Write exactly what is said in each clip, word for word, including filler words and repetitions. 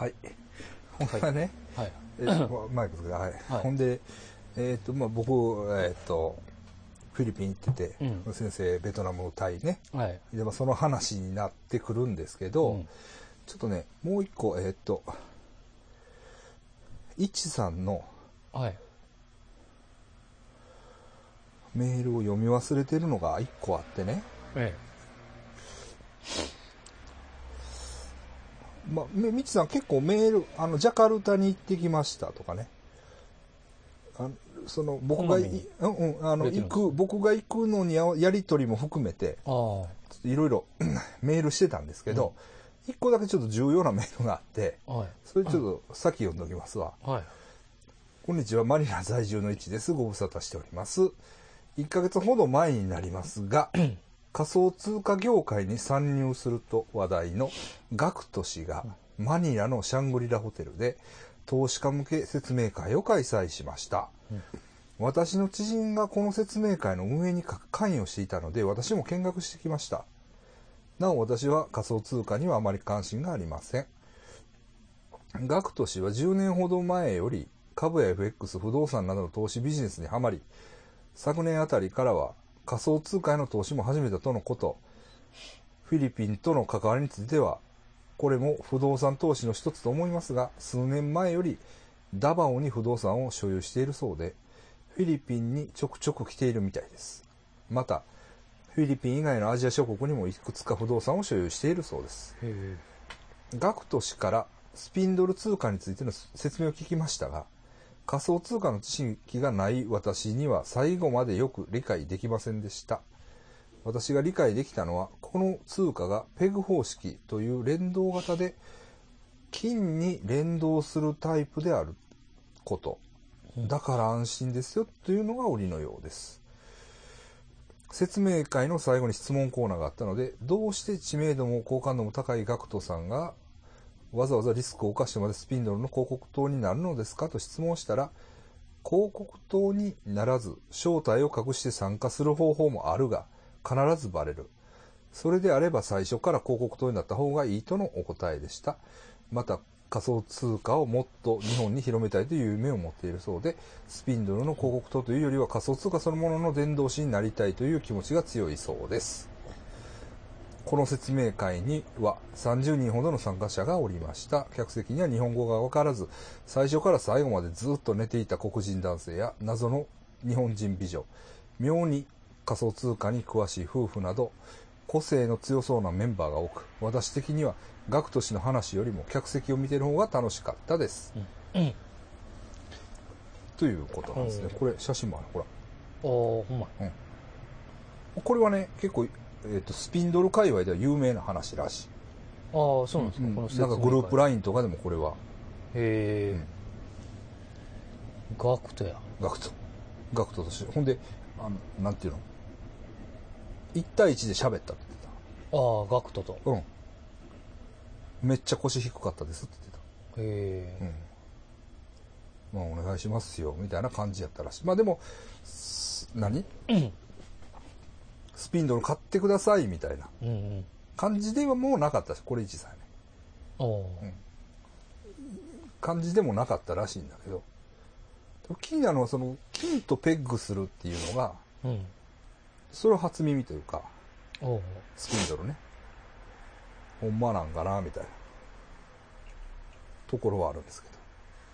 はい。ほんまね、 はい。 えマイクですか、はい。 はい、 ほんで、えっ、ー、と、まあ、僕、えっ、ー、と、フィリピン行ってて、うん、先生、ベトナム、タイね。はい。で、まあ、その話になってくるんですけど、うん、ちょっとね、もう一個、えっ、ー、と、いちさんの、はい。メールを読み忘れてるのが一個あってね。ええ。まあ、みちさん結構メール、あの、ジャカルタに行ってきましたとかね。あのその僕がい、うんうん、あの行く僕が行くのにやり取りも含めていろいろメールしてたんですけど、一、うん、個だけちょっと重要なメールがあって、はい、それちょっと先読んでおきますわ、はい、こんにちは、マニラ在住のいちです。ご無沙汰しております。いっかげつほど前になりますが仮想通貨業界に参入すると話題のガクト氏がマニラのシャングリラホテルで投資家向け説明会を開催しました、うん、私の知人がこの説明会の運営に関与していたので私も見学してきました。なお私は仮想通貨にはあまり関心がありません。ガクト氏はじゅうねんほど前より株や エフエックス 不動産などの投資ビジネスにはまり、昨年あたりからは仮想通貨への投資も始めたとのこと。フィリピンとの関わりについてはこれも不動産投資の一つと思いますが、数年前よりダバオに不動産を所有しているそうで、フィリピンにちょくちょく来ているみたいです。また、フィリピン以外のアジア諸国にもいくつか不動産を所有しているそうです。ガクト氏からスピンドル通貨についての説明を聞きましたが、仮想通貨の知識がない私には最後までよく理解できませんでした。私が理解できたのは、この通貨がペグ方式という連動型で金に連動するタイプであること。だから安心ですよというのが売りのようです。説明会の最後に質問コーナーがあったので、どうして知名度も好感度も高いガクトさんがわざわざリスクを冒してまでスピンドルの広告塔になるのですかと質問したら、広告塔にならず正体を隠して参加する方法もあるが必ずバレる。それであれば最初から広告塔になった方がいいとのお答えでした。また仮想通貨をもっと日本に広めたいという夢を持っているそうで、スピンドルの広告塔というよりは仮想通貨そのものの伝道師になりたいという気持ちが強いそうです。この説明会にはさんじゅうにんほどの参加者がおりました。客席には日本語がわからず、最初から最後までずっと寝ていた黒人男性や謎の日本人美女、妙に仮想通貨に詳しい夫婦など、個性の強そうなメンバーが多く、私的にはガクト氏の話よりも客席を見てる方が楽しかったです。うんうん、ということなんですね。これ写真もある、ほら。 おー、ほんま、 うん。これはね、結構、えーと、スピンドル界隈では有名な話らしい。 ああ、そうなんですか。うん、この説明会なんかグループラインとかでもこれは。 へえ。うん、ガクトや。 ガクト。ガクトとして。ほんで、あの、なんていうのいち対いちで喋ったって言ってた。ああ、ガクトと。 うん。めっちゃ腰低かったですって言ってた。 へえ。 うん。まあお願いしますよみたいな感じやったらしい。まあでも何、うん、スピンドル買ってくださいみたいな感じではもうなかったし、これ一さやね。お、うん、感じでもなかったらしいんだけど、気になるのはその金とペッグするっていうのが、うん、それは初耳というか、スピンドルね、ほんまなんかなみたいなところはあるんですけど、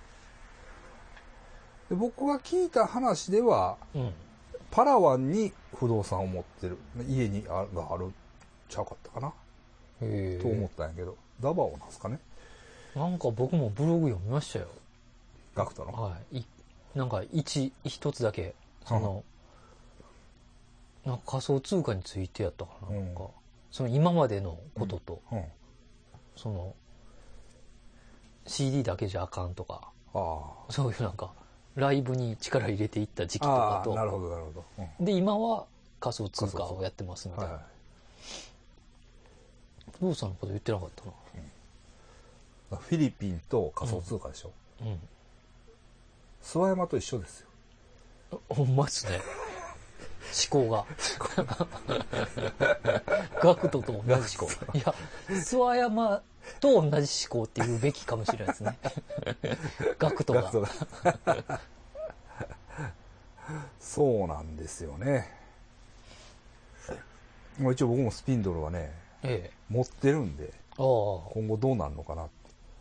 で僕が聞いた話では、うん、パラワンに不動産を持ってる家にあがあるちゃうかったかなと思ったんやけど、ダバオなんですかね。 なんか僕もブログ読みましたよ、 ガクトの。 はい、なんか一一つだけその、うん、なんか仮想通貨についてやったかな、うん、なんかその今までのことと、うんうん、その シーディー だけじゃあかんとか、あ、そういうなんかライブに力入れていった時期とかと、 なるほどなるほど、 うん、で今は仮想通貨をやってますみたいな、はいはい、不動産のこと言ってなかったな、 うん、フィリピンと仮想通貨でしょ、うんうん、諏訪山と一緒ですよ。 ほんまっすね。 考が。ガクトと同じ思考。いや、諏訪山と同じ思考って言うべきかもしれないですね。ガクトが。 そうなんですよね。もう一応僕もスピンドルはね、ええ、持ってるんで、今後どうなるのかなって。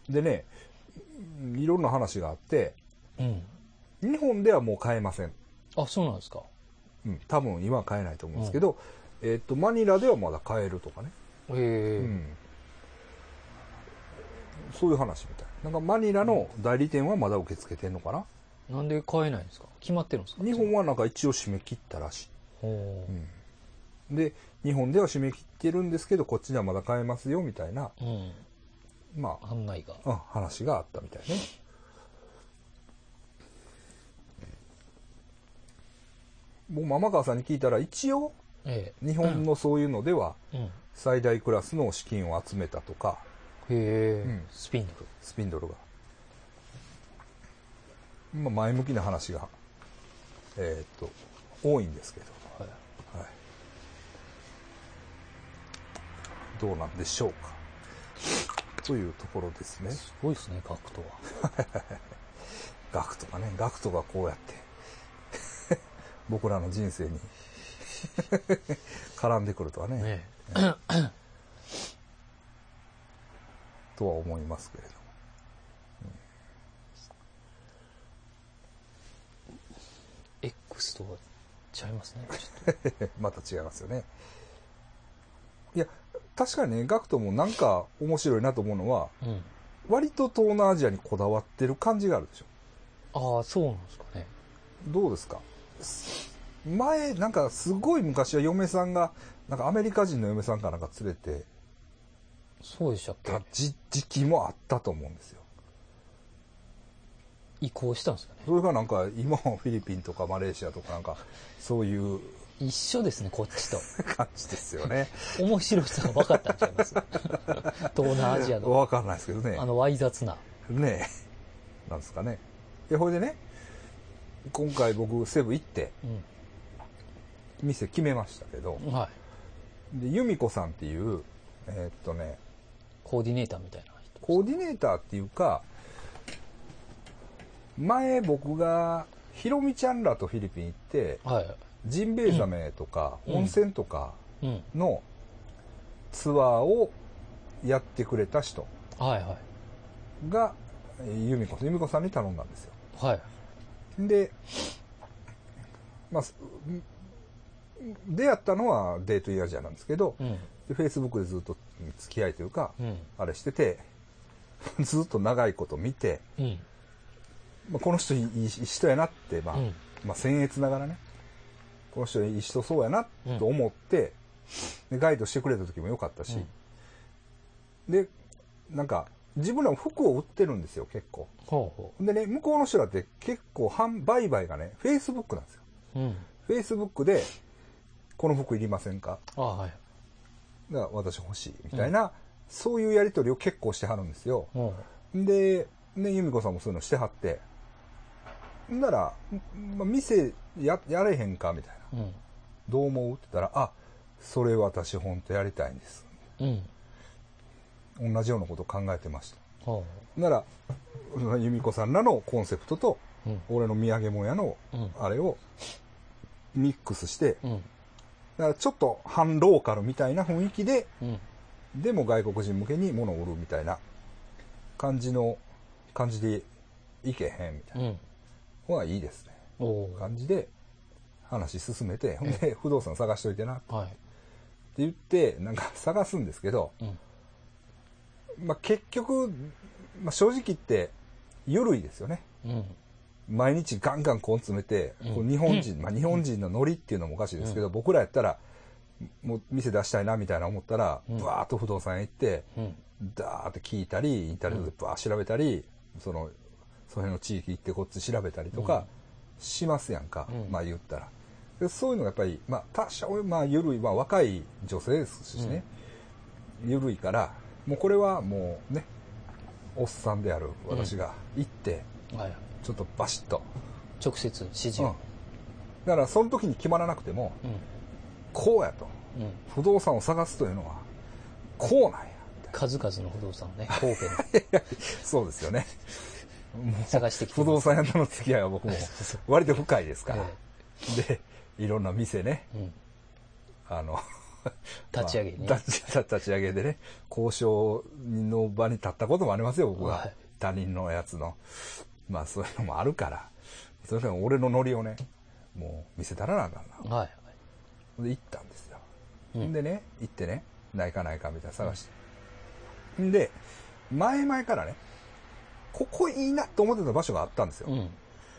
でね、いろんな話があって、うん、日本ではもう買えません。 あ、そうなんですか。 うん、多分今は買えないと思うんですけど、うん、えっと、マニラではまだ買えるとかね。へえ、うん。そういう話みたい。なんかマニラの代理店はまだ受け付けてんのかな。 なんで買えないんですか？決まってるんですか？ 日本はなんか一応締め切ったらしい。うん、で、日本では締め切ってるんですけど、こっちではまだ買えますよみたいな、うん、まあ、 案内が、 うん、話があったみたいね。僕も天川さんに聞いたら、一応、ええ、日本のそういうのでは、うん、最大クラスの資金を集めたとか、 へえ、うん、スピンドル。 スピンドルが。まあ、前向きな話が、えー、っと、多いんですけど、はいはい、どうなんでしょうか。というところですね。 すごいですね、ガクトは。 ガクトがね、ガクトがこうやって、僕らの人生に絡んでくるとはね、ねとは思いますけれども、 うん、X とは違いますね、 ちょっとまた違いますよね。いや確かにね、ガクトもなんか面白いなと思うのは、うん、割と東南アジアにこだわってる感じがあるでしょ。ああ、そうなんですかね。 どうですか？前なんかすごい昔は嫁さんがなんかアメリカ人の嫁さんかなんか連れてそうでしたっけ？ た時期もあったと思うんですよ。 移行したんですかね。 それがなんか今もフィリピンとかマレーシアとかなんかそういう一緒ですね、こっちと感じですよね。 面白さが分かったんちゃいます東南アジアの分かんないですけどね、 あのわい雑なねえなんですかね。でほいでね、今回僕セブ行って、うん、店決めましたけど、はい、で由美子さんっていうえー、っとねコーディネーターみたいな人。 コーディネーターっていうか、前僕がひろみちゃんらとフィリピン行って、はい、ジンベエザメとか、うん、温泉とかのツアーをやってくれた人が由美子さん由美子さんに頼んだんですよ。はい、で、まあ、出会ったのはデートイヤージャーなんですけど、うん、でフェイスブックでずっと付き合いというか、うん、あれしててずっと長いこと見て、うん、まあ、この人いい人やなって、まあうん、まあ僭越ながらね、この人いい人そうやなと思って、うん、でガイドしてくれた時も良かったし、うん、でなんか自分らも服を売ってるんですよ結構。ほうほう。でね、向こうの人だって結構販売買がねフェイスブックなんですよ。うん、フェイスブックでこの服いりませんか、あ、はい、だから私欲しいみたいな、うん、そういうやり取りを結構してはるんですよ。うん、でね、由美子さんもそういうのしてはって、なら、まあ、店 や, やれへんかみたいな、うん、どう思うって言ったら、あ、それ私本当やりたいんです、うん、同じようなことを考えてました、はあ、なら由美子さんらのコンセプトと、うん、俺の土産物屋のあれをミックスして、うん、だからちょっと反ローカルみたいな雰囲気で、うん、でも外国人向けに物を売るみたいな感じの感じでいけへんみたいな、うん、ほらいいですね感じで話進めて、ほんで不動産探しといてなって、はい、って言ってなんか探すんですけど、うん、まあ結局、まあ、正直言って緩いですよね、うん、毎日ガンガンコン詰めて、うん、こう日本人、まあ、日本人のノリっていうのもおかしいですけど、うん、僕らやったらもう店出したいなみたいな思ったら、うん、バーッと不動産屋行って、うん、ダーって聞いたりインターネットでバーッ調べたり、うん、そのその辺の地域行ってこっち調べたりとかしますやんか、うん、まあ言ったらでそういうのがやっぱり、まあ、多少、まあ、緩い、まあ、若い女性ですしね、うん、緩いからもうこれはもうねおっさんである私が行って、うん、はい、ちょっとバシッと直接指示を、 だからその時に決まらなくても、 うん、 こうやと、うん、不動産を探すというのはこうなんや。 数々の不動産をね、神戸のそうですよね。 もう探してきて不動産屋との付き合いは僕も割と深いですから。で、いろんな店ね、うん、あの立ち上げね、 まあ、立, 立ち上げでね、交渉の場に立ったこともありますよ、僕は。はい、他人のやつの。まあそういうのもあるから、それから俺のノリをね、もう見せたらなあかんな。はい。で、行ったんですよ。うん、でね、行ってね、ないかないかみたいな探して。うん、で、前々からね、ここいいなと思ってた場所があったんですよ。うん、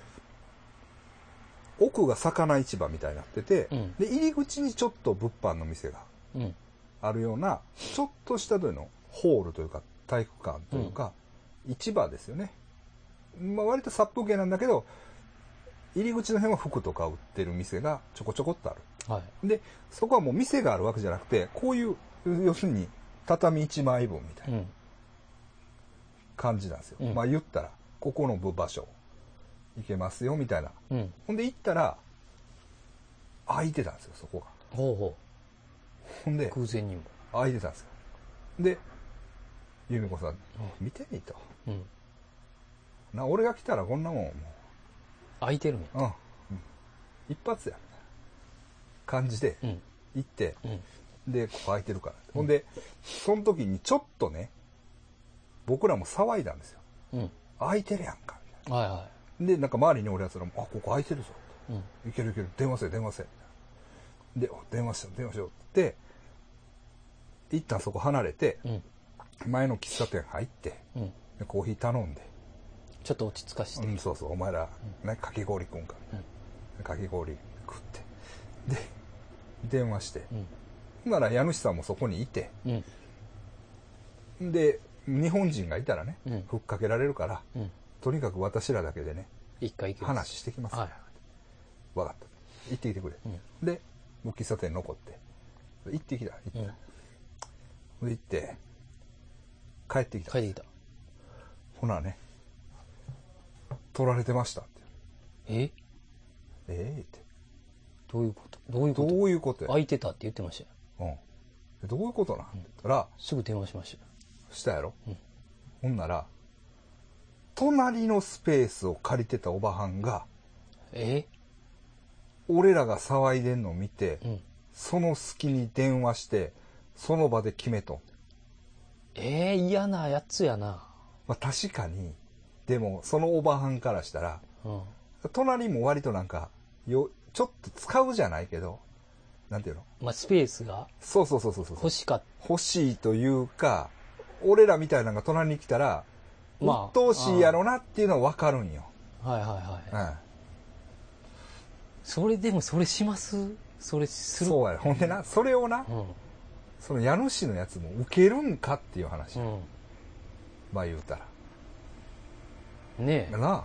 奥が魚市場みたいになってて、うん、で、入り口にちょっと物販の店があるような、ちょっとしたというの、ホールというか体育館というか、うん、市場ですよね。まあ割と殺風景なんだけど、入り口の辺は服とか売ってる店がちょこちょこっとある。はい、で、そこはもう店があるわけじゃなくて、こういう、要するに畳一枚分みたいな感じなんですよ。うん、まあ言ったら、ここの場所行けますよみたいな。うん、ほんで行ったら、空いてたんですよ、そこが。ほうほう。ほんで、 偶然にも。 空いてたんですよ。で、由美子さん、見てみと。うん、な俺が来たらこんなもん、もう。 空いてるんや。うん。 一発や、みたいな感じで、行って、うん、で、ここ空いてるから。うん、ほんで、その時にちょっとね、僕らも騒いだんですよ。うん、空いてるやんか、みたいな。はいはい。で、なんか周りにおるやつらも、あ、ここ空いてるぞ。うん、いけるいける、電話せよ、電話せよ。で、電話しよう、電話しようって、一旦そこ離れて、うん、前の喫茶店入って、うん、でコーヒー頼んで、 ちょっと落ち着かして。 うん、そうそう、お前ら、ね、かき氷食うんか。うん、かき氷食って。で、電話して。うん、なら家主さんもそこにいて。うん、で、日本人がいたらね、うん、ふっかけられるから、うん、とにかく私らだけでね、 一回行き話してきます。はい。分かった。行ってきてくれ。うん、で、喫茶店残って。行ってきた。行った。うん、で行って、帰ってきた。 帰ってきた。 ほなね、取られてましたって。 えええって。 どういうことどういうことどういうことや。 空いてたって言ってましたよ。 うん。どういうことなんって言ったら、 すぐ電話しましたよ。 したやろ、うん、ほんなら、隣のスペースを借りてたおばはんが、 え俺らが騒いでんのを見て、うん、その隙に電話して、その場で決めと。 えー、嫌なやつやな。 まあ確かに、でもそのおばはんからしたら、うん、隣も割となんかよちょっと使うじゃないけど、なんていうの、 まあ、スペースがそうそうそうそうそう欲しかった欲しいというか、俺らみたいなのが隣に来たら、まあ、鬱陶しいやろなっていうのは分かるんよ。 はいはいはい。うん、それでもそれしますそれする。 そうや、ほんでな、それをな、うん、その家主のやつも受けるんかっていう話、うん、まあ言うたらねえなあ、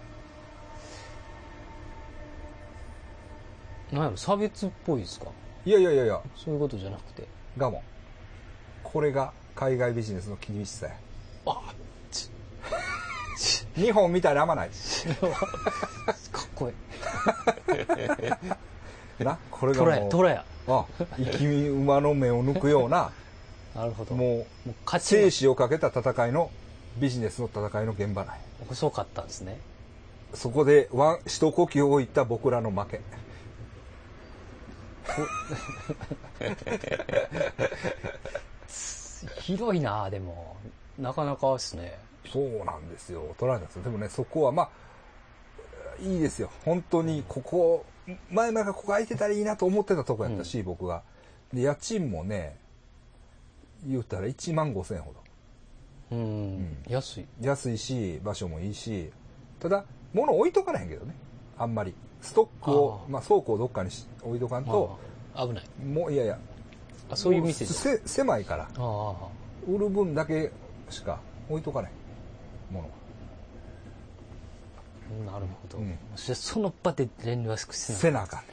なんやろ、差別っぽいですか。 いやいやいやいや、 そういうことじゃなくて、 がもこれが海外ビジネスの厳しさや。あ日本みたいなあんまないかっこいいな、これがもうトラやあ生き馬の目を抜くようななるほど、 もう生死をかけた戦いのビジネスの戦いの現場ない。 遅かったんですね。 そこでワン一呼吸置いた僕らの負け広いな。でもなかなかですね。 そうなんですよ、取られたんですよ。でもね、そこはまあいいですよ、本当に。ここ前々からここ空いてたらいいなと思ってたとこやったし、うん、僕がで家賃もね言うたらいちまんごせんえんほど。うん、うん、 安い安いし場所もいいし、ただ物置いとかれへんけどね、あんまりストックをまあ、倉庫をどっかに置いとかんと危ない。 もういやいや、 あ、そういう店せ狭いから、あ売る分だけしか置いとかないものは。 なるほど、うん、その場で連絡しせなあかんね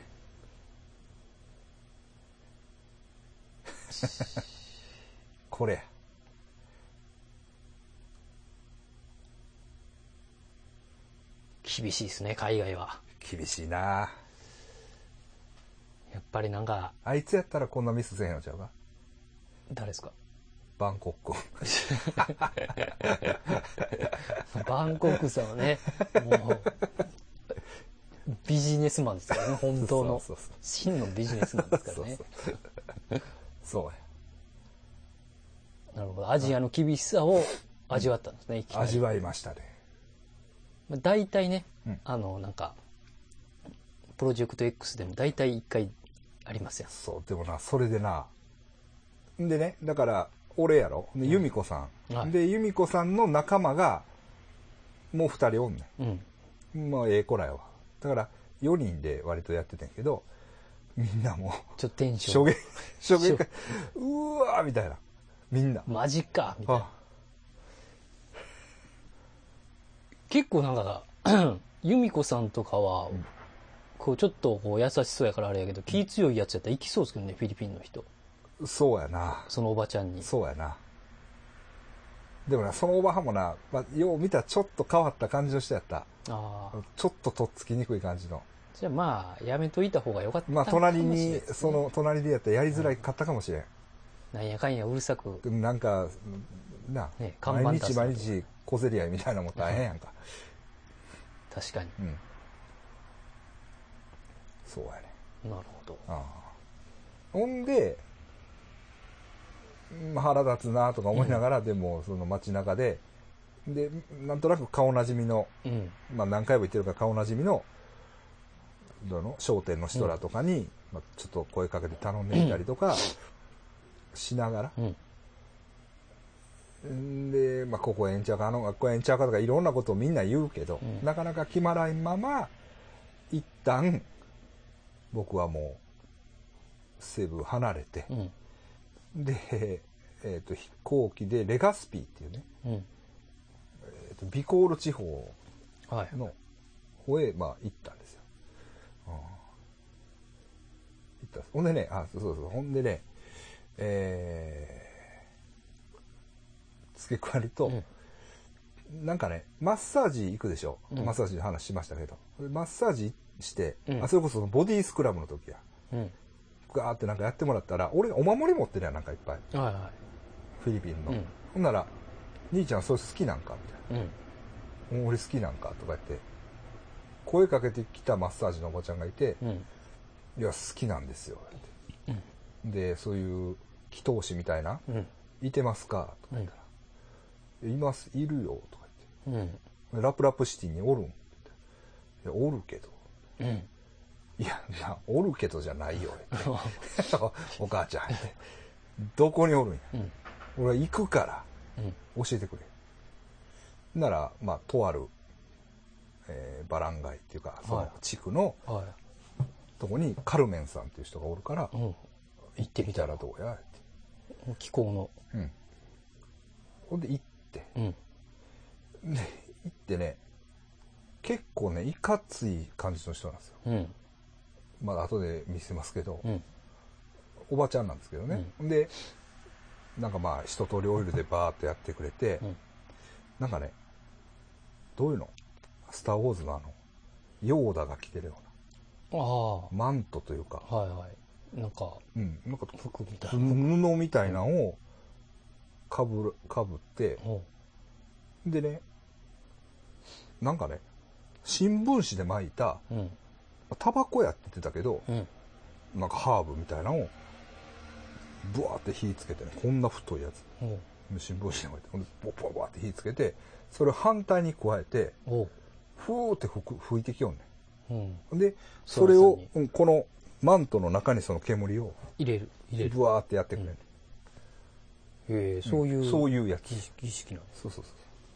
これ厳しいですね、海外は。 厳しいな。 やっぱりなんかあいつやったらこんなミスせへんのちゃうか。 誰ですか？ バンコクバンコクさんはね、もうビジネスマンですからね、本当のそうそうそう真のビジネスマンですからね。 そうそうそうや。 なるほど。アジアの厳しさを味わったんですね、 うん、味わいましたね。 まあ、大体ね、 うん、 あのなんかプロジェクト X でも大体いっかいありますやん。 そうでもな、それでな、でね、だから俺やろ、で由美子さん、はい、で由美子さんの仲間がもうふたりおんねん、うん、まあええ子らやわ。だからよにんで割とやってたんやけど、みんなもうちょっとテンション衝撃衝撃うわーみたいな、みんなマジかみたいな。結構なんか由美子さんとかは、うん、こうちょっとこう優しそうやからあれやけど、気強いやつやったら行きそうですけどね、フィリピンの人。 そうやな。 そのおばちゃんに。 そうやな。でもな、そのおばはんもな、まあ、よう見たらちょっと変わった感じの人やった。あ、ちょっととっつきにくい感じの。 じゃあまあやめといた方がよかったかもしれまあないですね。 隣に、その隣でやったらやりづらかったかもしれん。 うん、なんやかんやうるさく。 なんかな、ね、毎日毎日小競り合いみたいなのも大変やんか。 確かに。うん。 そうやね。 なるほど。 ああ、ほんで、まあ、腹立つなとか思いながら、うん、でもその街中ででなんとなく顔なじみの、うん、まあ、何回も言ってるから顔なじみのどの商店の人らとかに、うん、まあ、ちょっと声かけて頼んでみたりとかしながら、うん、で、まあ、ここええんちゃうかあの学校ええんちゃうかとかいろんなことをみんな言うけど、うん、なかなか決まらんまま一旦僕はもうセブ離れて、うん、で、えー、と飛行機でレガスピーっていうね、うん、えー、とビコール地方の方へ、まあ、行ったんですよ。うん、行ったほんでね、あ、そうそうそう、ほんでね、えー、付け加えると、うん、なんかね、マッサージ行くでしょ、うん、マッサージの話しましたけど、マッサージして、うん、あ、それこそボディスクラブの時や、うん、ガーってなんかやってもらったら、俺お守り持ってるやん、なんかいっぱい、はいはい、フィリピンの、うん、ほんなら兄ちゃんそれ好きなんかみたいな、うん、俺好きなんかとか言って声かけてきたマッサージのおばちゃんがいて、うん、いや好きなんですよって、うん、でそういう祈祷師みたいな、うん、いてますかとか言ったら、うん、います、いるよとか言って、うん、ラプラプシティにおるんって言って、いやおるけど、うん、いやな、おるけどじゃないよってお母ちゃんってどこにおるんや、うん、俺は行くから、うん、教えてくれなら、まあとある、えー、バランガイっていうかその地区の、はいはい、とこにカルメンさんっていう人がおるから、うん、行ってみたらどうやって気候の、 うん、ほんで行って、うん、で行ってね、結構ねいかつい感じの人なんですよ、うん、まだ後で見せますけど、うん、おばちゃんなんですけどね、うん、でなんかまあ一通りオイルでバーっとやってくれて、うん、なんかね、どういうの、スター・ウォーズのあのヨーダが着てるような、あ、マントというか、 はいはい、なんか、うん、なんか服みたいな、 布みたいなのをかぶる、かぶって、うん、でね、なんかね、新聞紙で巻いた、うん、タバコやって言ってたけど、うん、なんかハーブみたいなのをブワーって火つけてね、こんな太いやつ、うん、新聞紙で巻いて、ほんでボボボーって火つけて、それを反対に加えてふーって吹く吹いてきよんね、うん、でそれを、うん、このマントの中にその煙を入れる入れるブワーってやってくれる、 うん、へえ、そういう、うん、 そういうやつ儀式なんです。 そうそうそう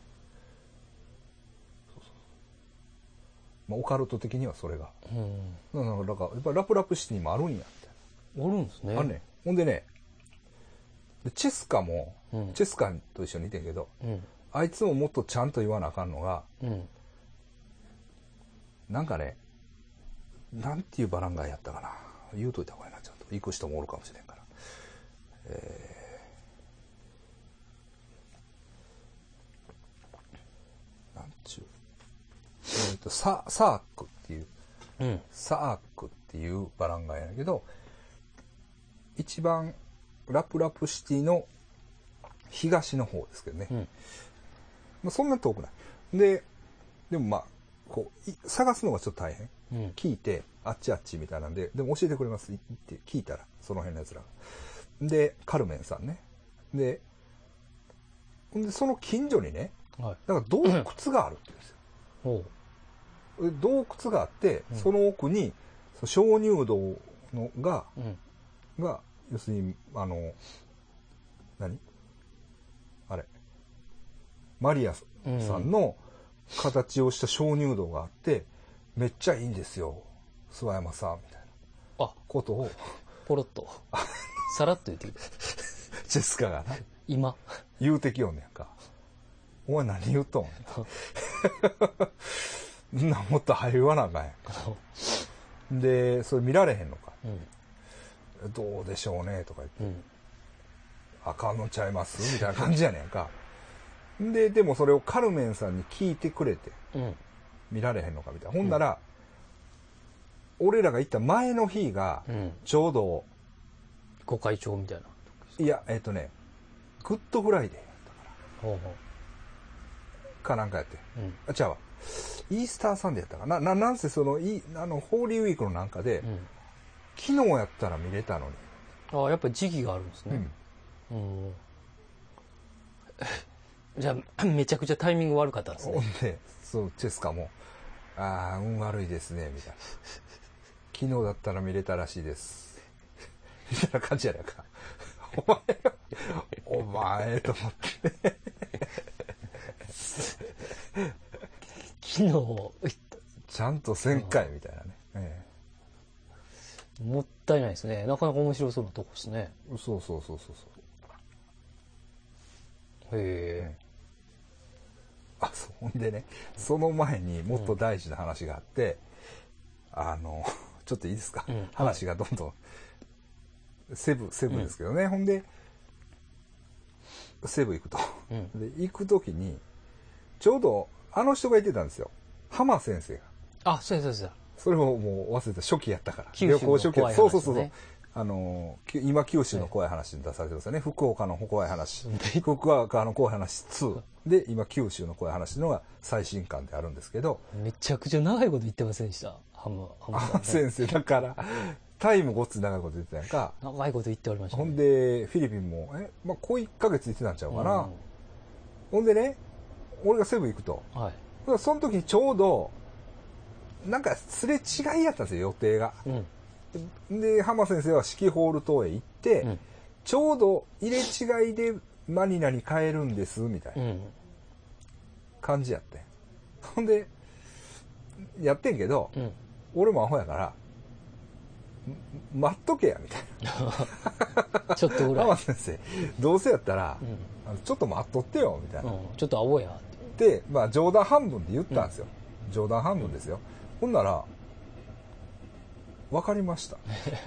そうそう、まあ、オカルト的にはそれが、うん、なんかやっぱりラプラプシティにもあるんやみたいな、あるんですね、 あるね。ほんでね、チェスカも、うん、チェスカと一緒にいてんけど、うん、あいつももっとちゃんと言わなあかんのが、うん、なんかね、なんていうバランガイやったかな、言うといた方がいいな、ちゃんと行く人もおるかもしれんから、えー、なんちゅう、えーと、サ, サークっていう、うん、サークってっていうバランガやけど、一番ラプラプシティの東の方ですけどね、うん、まあ、そんな遠くないで、でもまあこう探すのがちょっと大変、うん、聞いてあっちあっちみたいなんで、でも教えてくれますって聞いたら、その辺のやつらでカルメンさんね、ででその近所にね、はい、なんか洞窟があるって言うんですよ、うん、洞窟があって、うん、その奥に鍾乳洞のが、うん、が要するにあの何あれマリアさんの形をした鍾乳洞があって、うん、めっちゃいいんですよ諏訪山さんみたいなことをポロッとさらっと言ってくるジェスカがな今言うてきよんねやんか。お前何言うとんなもっと早言わなあかんやんかでそれ見られへんのか、うん、どうでしょうねとか言って、うん、あかんのちゃいますみたいな感じやねんかででもそれをカルメンさんに聞いてくれて、うん、見られへんのかみたいな。ほんなら、うん、俺らが行った前の日がちょうど、 うん、御開帳みたいな。 いやえっ、ー、とねグッドフライデーやったから、ほうほうかなんかやって、うん、あ違うわイースターサンデーやったかな、ななんせそのいあのホーリーウィークのなんかで、うん、昨日やったら見れたのに。 ああやっぱり時期があるんですね。うん、うんじゃあめちゃくちゃタイミング悪かったんですね。 ほんでそうチェスカもああ運悪いですねみたいな昨日だったら見れたらしいですみたいな感じやないかお前お前と思って昨日ちゃんとせんかいみたいなね、ええ、もったいないですね。なかなか面白そうなとこですね。 そうそうそうそうそう。へえ、あそうほんでねその前にもっと大事な話があって、うん、あのちょっといいですか、うん、話がどんどんセブセブですけどね、うん、ほんでセブ行くと、うん、で行く時にちょうどあの人がいてたんですよ、浜先生が。 あそうそうそう、 それももう忘れた、初期やったから九州の怖い話、ね、 そうそうそうそう、あの今九州の怖い話に出されてますよね、はい、福岡の怖い話福岡の怖い話ツーで今九州の怖い話のが最新刊であるんですけど、 めちゃくちゃ長いこと言ってませんでした浜浜先生だからタイもごっつ長いこと言ってたやんか。 長いこと言っておりました、ね、 ほんでフィリピンもえ、まあ、こういっかげつ言ってたんちゃうかな、うん、ほんでね俺がセブン行くと、はい、その時にちょうどなんかすれ違いやったんですよ予定が、うん、で浜先生は四季ホール島へ行って、うん、ちょうど入れ違いでマニラに帰るんですみたいな感じやって、うん、ほんでやってんけど、うん、俺もアホやから待っとけやみたいなちょっとぐらい浜先生どうせやったら、うん、ちょっと待っとってよみたいな、うん、 ちょっとアホやってで、まあ、冗談半分で言ったんですよ、うん、冗談半分ですよ、ほんなら分かりました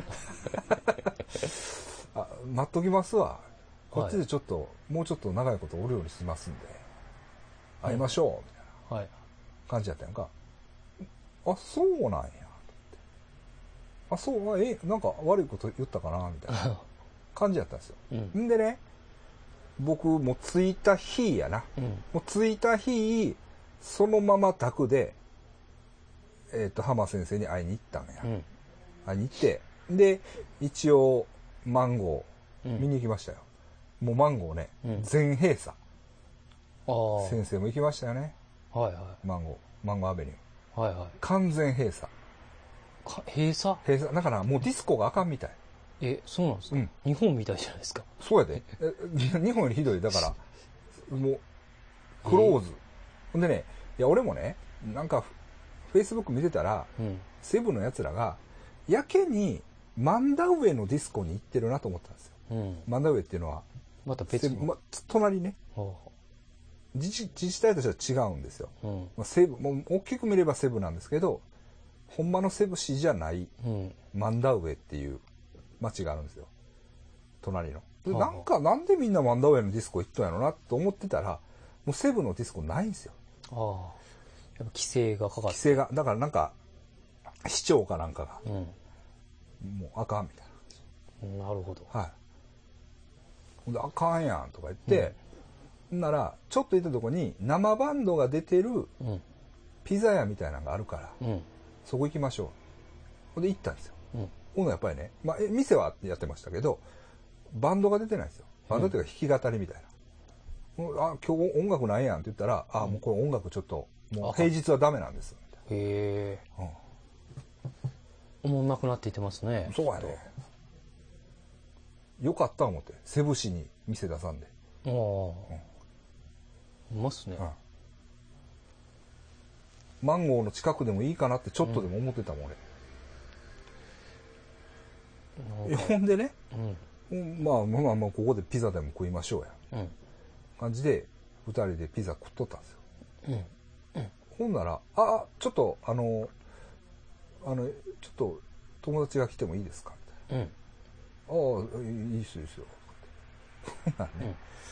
あ待っときますわ、こっちでちょっと、はい、もうちょっと長いことお料理しますんで会いましょう、うん、みたいな感じやったやんか、はい、あそうなんや、あそうえなんか悪いこと言ったかなみたいな感じやったんですよ、うん、んでね僕もう着いた日やな、うん、もう着いた日そのまま宅でえっと浜先生に会いに行ったんや、うん、会いに行ってで一応マンゴー見に行きましたよ、うん、もうマンゴーね、うん、全閉鎖、あ先生も行きましたよね、はいはい、マンゴーマンゴーアベニュー、はいはい、完全閉鎖、 閉鎖閉鎖だからもうディスコがあかんみたい。 えそうなんですか、うん、日本みたいじゃないですか。 そうやで日本よりひどいだからもうクローズ、ほんでねいや俺もねなんかフェイスブック見てたら、うん、セブンのやつらがやけにマンダウェイのディスコに行ってるなと思ったんですよ、うん、マンダウェイっていうのはまた別の、 ま、隣ね、はあ、自治、自治体としては違うんですよ、うん、まあ、セブもう大きく見ればセブなんですけどほんまのセブ市じゃない、うん、マンダウェイっていう街があるんですよ隣ので、はあ、なんかなんでみんなマンダウェイのディスコ行ったんやろなと思ってたらもうセブのディスコないんですよ。 ああやっぱ規制がかかって規制がだからなんか市長かなんかが、うん、 もうあかんみたいな。なるほど。 な。はい。ほんで、あかんやんとか言って、うん、なら、ちょっと行ったとこに生バンドが出てるピザ屋みたいなのがあるから、うん、そこ行きましょう。ほんで行ったんですよ。うん、ほんでやっぱりね、まあ、店はやってましたけど、バンドが出てないんですよ。バンドっていうか弾き語りみたいな。うん、あ、今日音楽ないやんって言ったら、あ、もうこれ音楽ちょっと、もう平日はダメなんです。 へえ。うん。おもんなくなっていってますね。 そうやね。よかった思って、セブ市に店出さんで。ああ。 うん。いますね、 うん。マンゴーの近くでもいいかなってちょっとでも思ってたもん、俺。ほんでね、うん、まあまあまあここでピザでも食いましょうや。うん。感じで、二人でピザ食っとったんですよ。うん。うん、ほんなら、あ、ちょっと、あの、あの、ちょっと友達が来てもいいですかみたいな。うん。ああ、いいっすよ、いいっすよ。ほんならね、うん、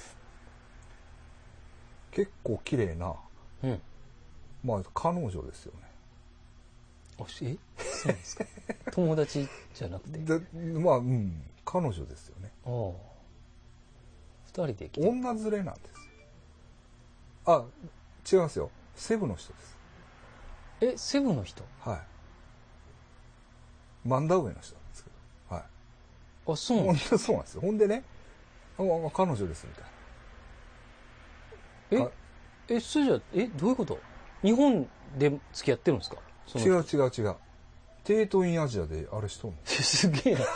結構綺麗な、うん、まあ彼女ですよね。 あ、えそうなんですか。友達じゃなくて。 で、まあ、うん、彼女ですよね。ああ。 二人で来て。 女連れなんです。あ、違いますよ。セブの人です。 え、セブの人？ はい。マンダウェイの人なんですけど。はい。 あ、そうなんですか。 そうなんですよ。ほんでね、あ、彼女ですみたいな。え、え、それじゃ、え、どういうこと？日本で付き合ってるんですか？ 違う違う違う。テートインアジアであれしとんの。 すげえな。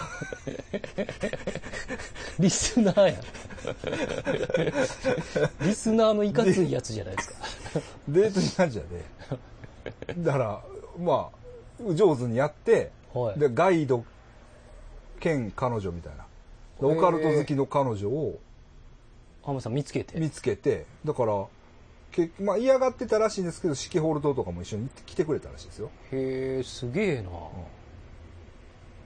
リスナーや。リスナーのいかついやつじゃないですか。 デートインアジアで。だから、まあ、上手にやって、はい、で、ガイド兼彼女みたいな。オカルト好きの彼女を、 浜さん見つけて。 見つけて、だから、けまあ、嫌がってたらしいんですけど、シキホル島とかも一緒に来てくれたらしいですよ。 へえ、すげえな。うん、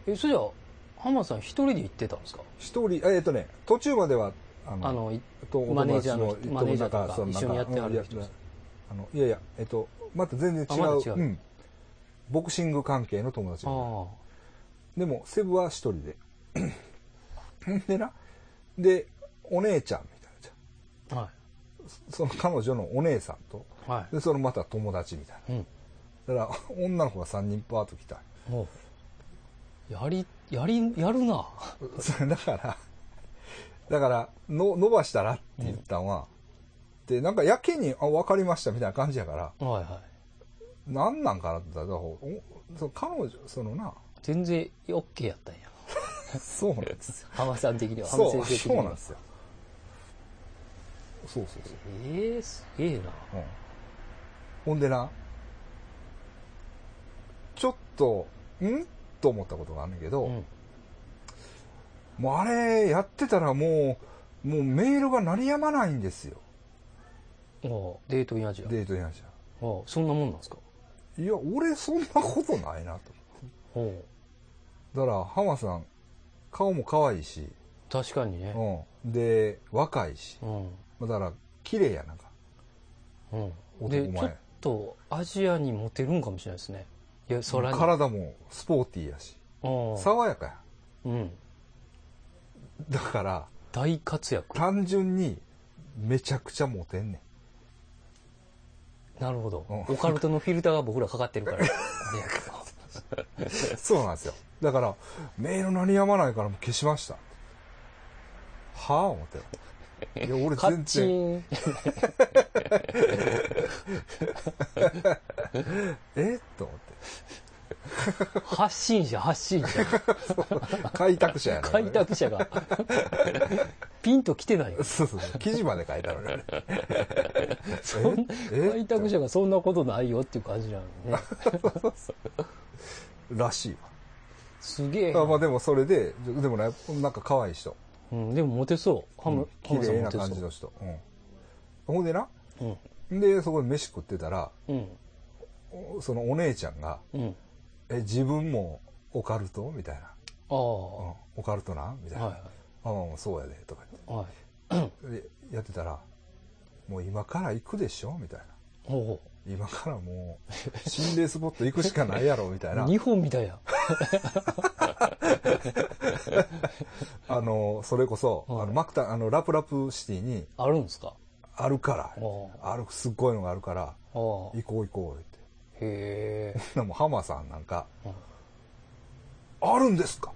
え、それじゃあ、浜田さん一人で行ってたんですか？ 一人、えっとね、途中までは、 あの、あのマネージャーの、マネージャーとか一緒にやってはる人です。 あの、いやいや、えっと、また全然違う、ま、違う、うん。ボクシング関係の友達がいる。でも、セブは一人で。でな、で、お姉ちゃんみたいなじゃん。はい。その彼女のお姉さんと、はい、でそのまた友達みたいな、うん、だから女の子がさんにんパーッと来た。 やりやりやるな。 だからだからの伸ばしたらって言ったのは、うん、でなんかやけにあ分かりましたみたいな感じやから、はいはい、なんなんかなって言ったらその彼女そのな全然 OK やったんや。 そうなんですよ。 浜さん的には、 浜先生的には。そうなんですよ。そうそうそう。 ええー、すげえな、うん。 ほんでな、ちょっと、んと思ったことがあるんだけど、うん、もうあれやってたらもう、もうメールが鳴りやまないんですよ。 ああ、デートインアジア。 デートインアジア。ああ、そんなもんなんですか？ いや、俺そんなことないなと。だから、浜さん、顔も可愛いし。 確かにね。 うん。で、若いし。うんだから綺麗やなんか、 うん、でちょっとアジアにモテるんかもしれないですね。いやそらに体もスポーティーやし爽やかや、うん、だから大活躍。 単純にめちゃくちゃモテんねん。なるほど、うん、オカルトのフィルターが僕らかかってるからあれやけどそうなんですよ。だからメール鳴りやまないからもう消しました。はあ思っていや俺全然えっと思って発信者発信者開拓者やね開拓者がピンと来てないよ。 そうそう記事まで書いてあるねそん開拓者がそんなことないよっていう感じなのねらしいわ。 すげえ。 あ、まあでもそれででもねなんか可愛い人、 うん、でもモテそう。ハム、 綺麗な感じの人。うん。ほんでな、うん、で、そこで飯食ってたら、うん、そのお姉ちゃんが、うん、え、自分もオカルトみたいな。ああ、うん。オカルトなみたいな。はいはい、ああ、そうやで、とか言って。はい、でやってたら、もう今から行くでしょみたいな。 ほうほ今からもう心霊スポット行くしかないやろみたいな日本みたいやあのそれこそ、 はい、 あのマクタあのラプラプシティにあるんですか？ あるからあるすっごいのがあるから行こう行こうってへえもう浜さんなんか、うん、あるんですか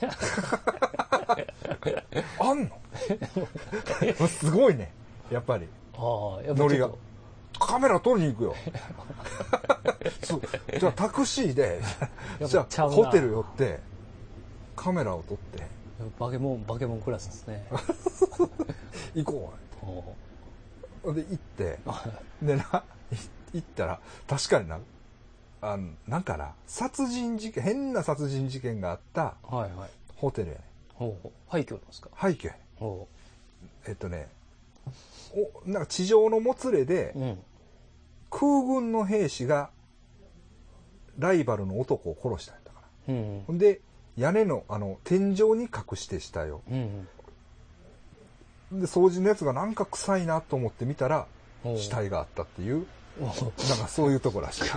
あんのすごいねやっぱりあやっぱノリがカメラ撮りに行くよそうじゃあタクシーでじゃあホテル寄ってカメラを撮ってバケモンバケモンクラスですね行こうで行ってでな行ったら確かになあのなんかな殺人事件変な殺人事件があったホテルやね、 はいはい、ほうほう廃墟なんですか？ 廃墟やねほうえっとねおなんか地上のもつれで、うん、空軍の兵士がライバルの男を殺したんだから、うんうん、で屋根のあの天井に隠して死体を、うんうん、で掃除のやつがなんか臭いなと思って見たら死体があったっていうなんかそういうとこらしい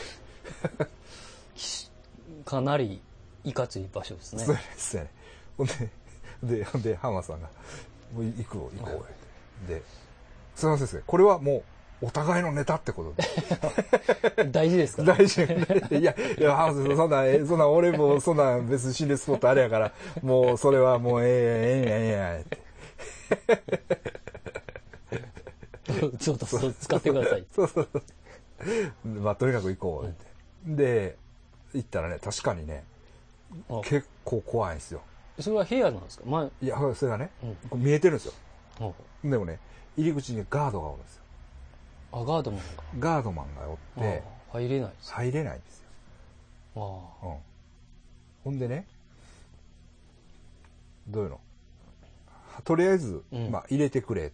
かなりいかつい場所ですね。 そうですね。ほんででほんで浜さんがもう行くよ行こうよで、すみませんですねこれはもうお互いのネタってことで大事ですか、ね、 大事いやいや浜さんそんなそんな俺もそんな別に心霊スポットあれやからもうそれはもうええええええやってちょっとそう使ってくださいそうそうそうまあとにかく行こうって、うん、で行ったらね確かにね結構怖いんですよ。 それは部屋なんですか？まあ、 いやそれがね、うん、見えてるんですよ、うん、でもね入り口にガードがおるんですよ。 あガードマンがガードマンがおって入れないです入れないんですよ。あ、うん、ほんでねどういうのとりあえず、うんまあ、入れてくれって、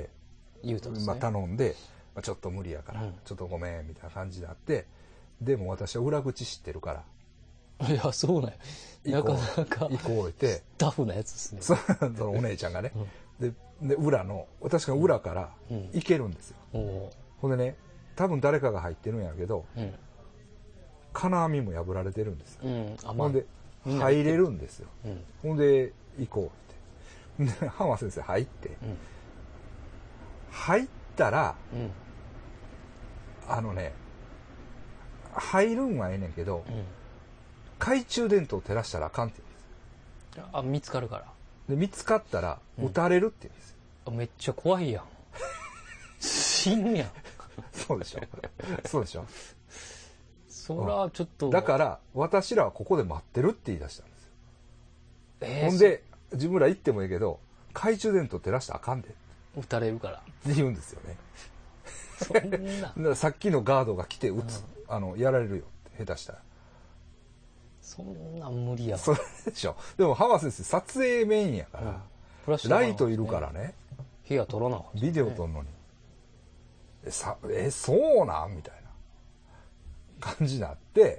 うん、言うとですね、 まあ、頼んで、まあ、ちょっと無理やから、うん、ちょっとごめんみたいな感じになってでも私は裏口知ってるからいやそうなんやなかなか行こうってタフなやつですね。 そのお姉ちゃんがね、うん、でで裏の確かに裏から行けるんですよ、うん、ほんでね多分誰かが入ってるんやけど、うん、金網も破られてるんですよ、うん、ほんで入れるんですよ、うん、ほんで行こうってで浜先生入って、うん、入ったら、うん、あのね入るんはええねんけど、うん懐中電灯を照らしたらあかんって言うんですよ。あ、見つかるから。 で、見つかったら撃たれるって言うんですよ。 うん、めっちゃ怖いやん。死ぬやん。 そうでしょ。そうでしょ。 そら、ちょっと。 だから、私らはここで待ってるって言い出したんですよ。えー、ほんで、自分ら行ってもいいけど、懐中電灯照らしたらあかんで。 撃たれるから。 って言うんですよね。 そんな。だからさっきのガードが来て撃つ、うん、あの、やられるよって、下手したら。 そんなん無理やわ。 それでしょ。でも浜先生撮影メインやから、うん、ライトいるからね。 部屋撮らなかった、ね、 ビデオ撮るのに。え、さ、え、そうなんみたいな感じになって、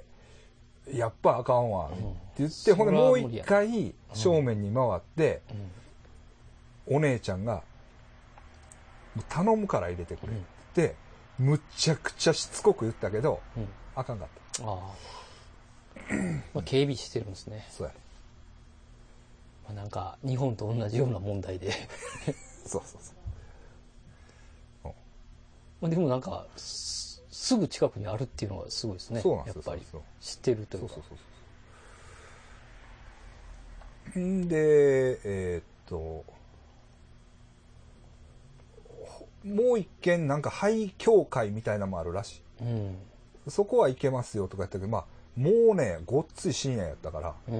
やっぱあかんわ、って言って、うん、ほんでもう一回正面に回って、うん、お姉ちゃんが、頼むから入れてくれって、うん、むちゃくちゃしつこく言ったけど、うん、あかんかった。あまあ、警備してるんですね。 そうやね。 まあ、なんか日本と同じような問題でそうそうそう。 まあ、でもなんか す, すぐ近くにあるっていうのがすごいですね。そうなんですよ。やっぱり知ってるというか。そうそうそう。んでえー、っともう一軒なんか廃教会みたいなのもあるらしい。うん、そこは行けますよとか言ったけどまあ。もうねごっつい深夜やったから、うん、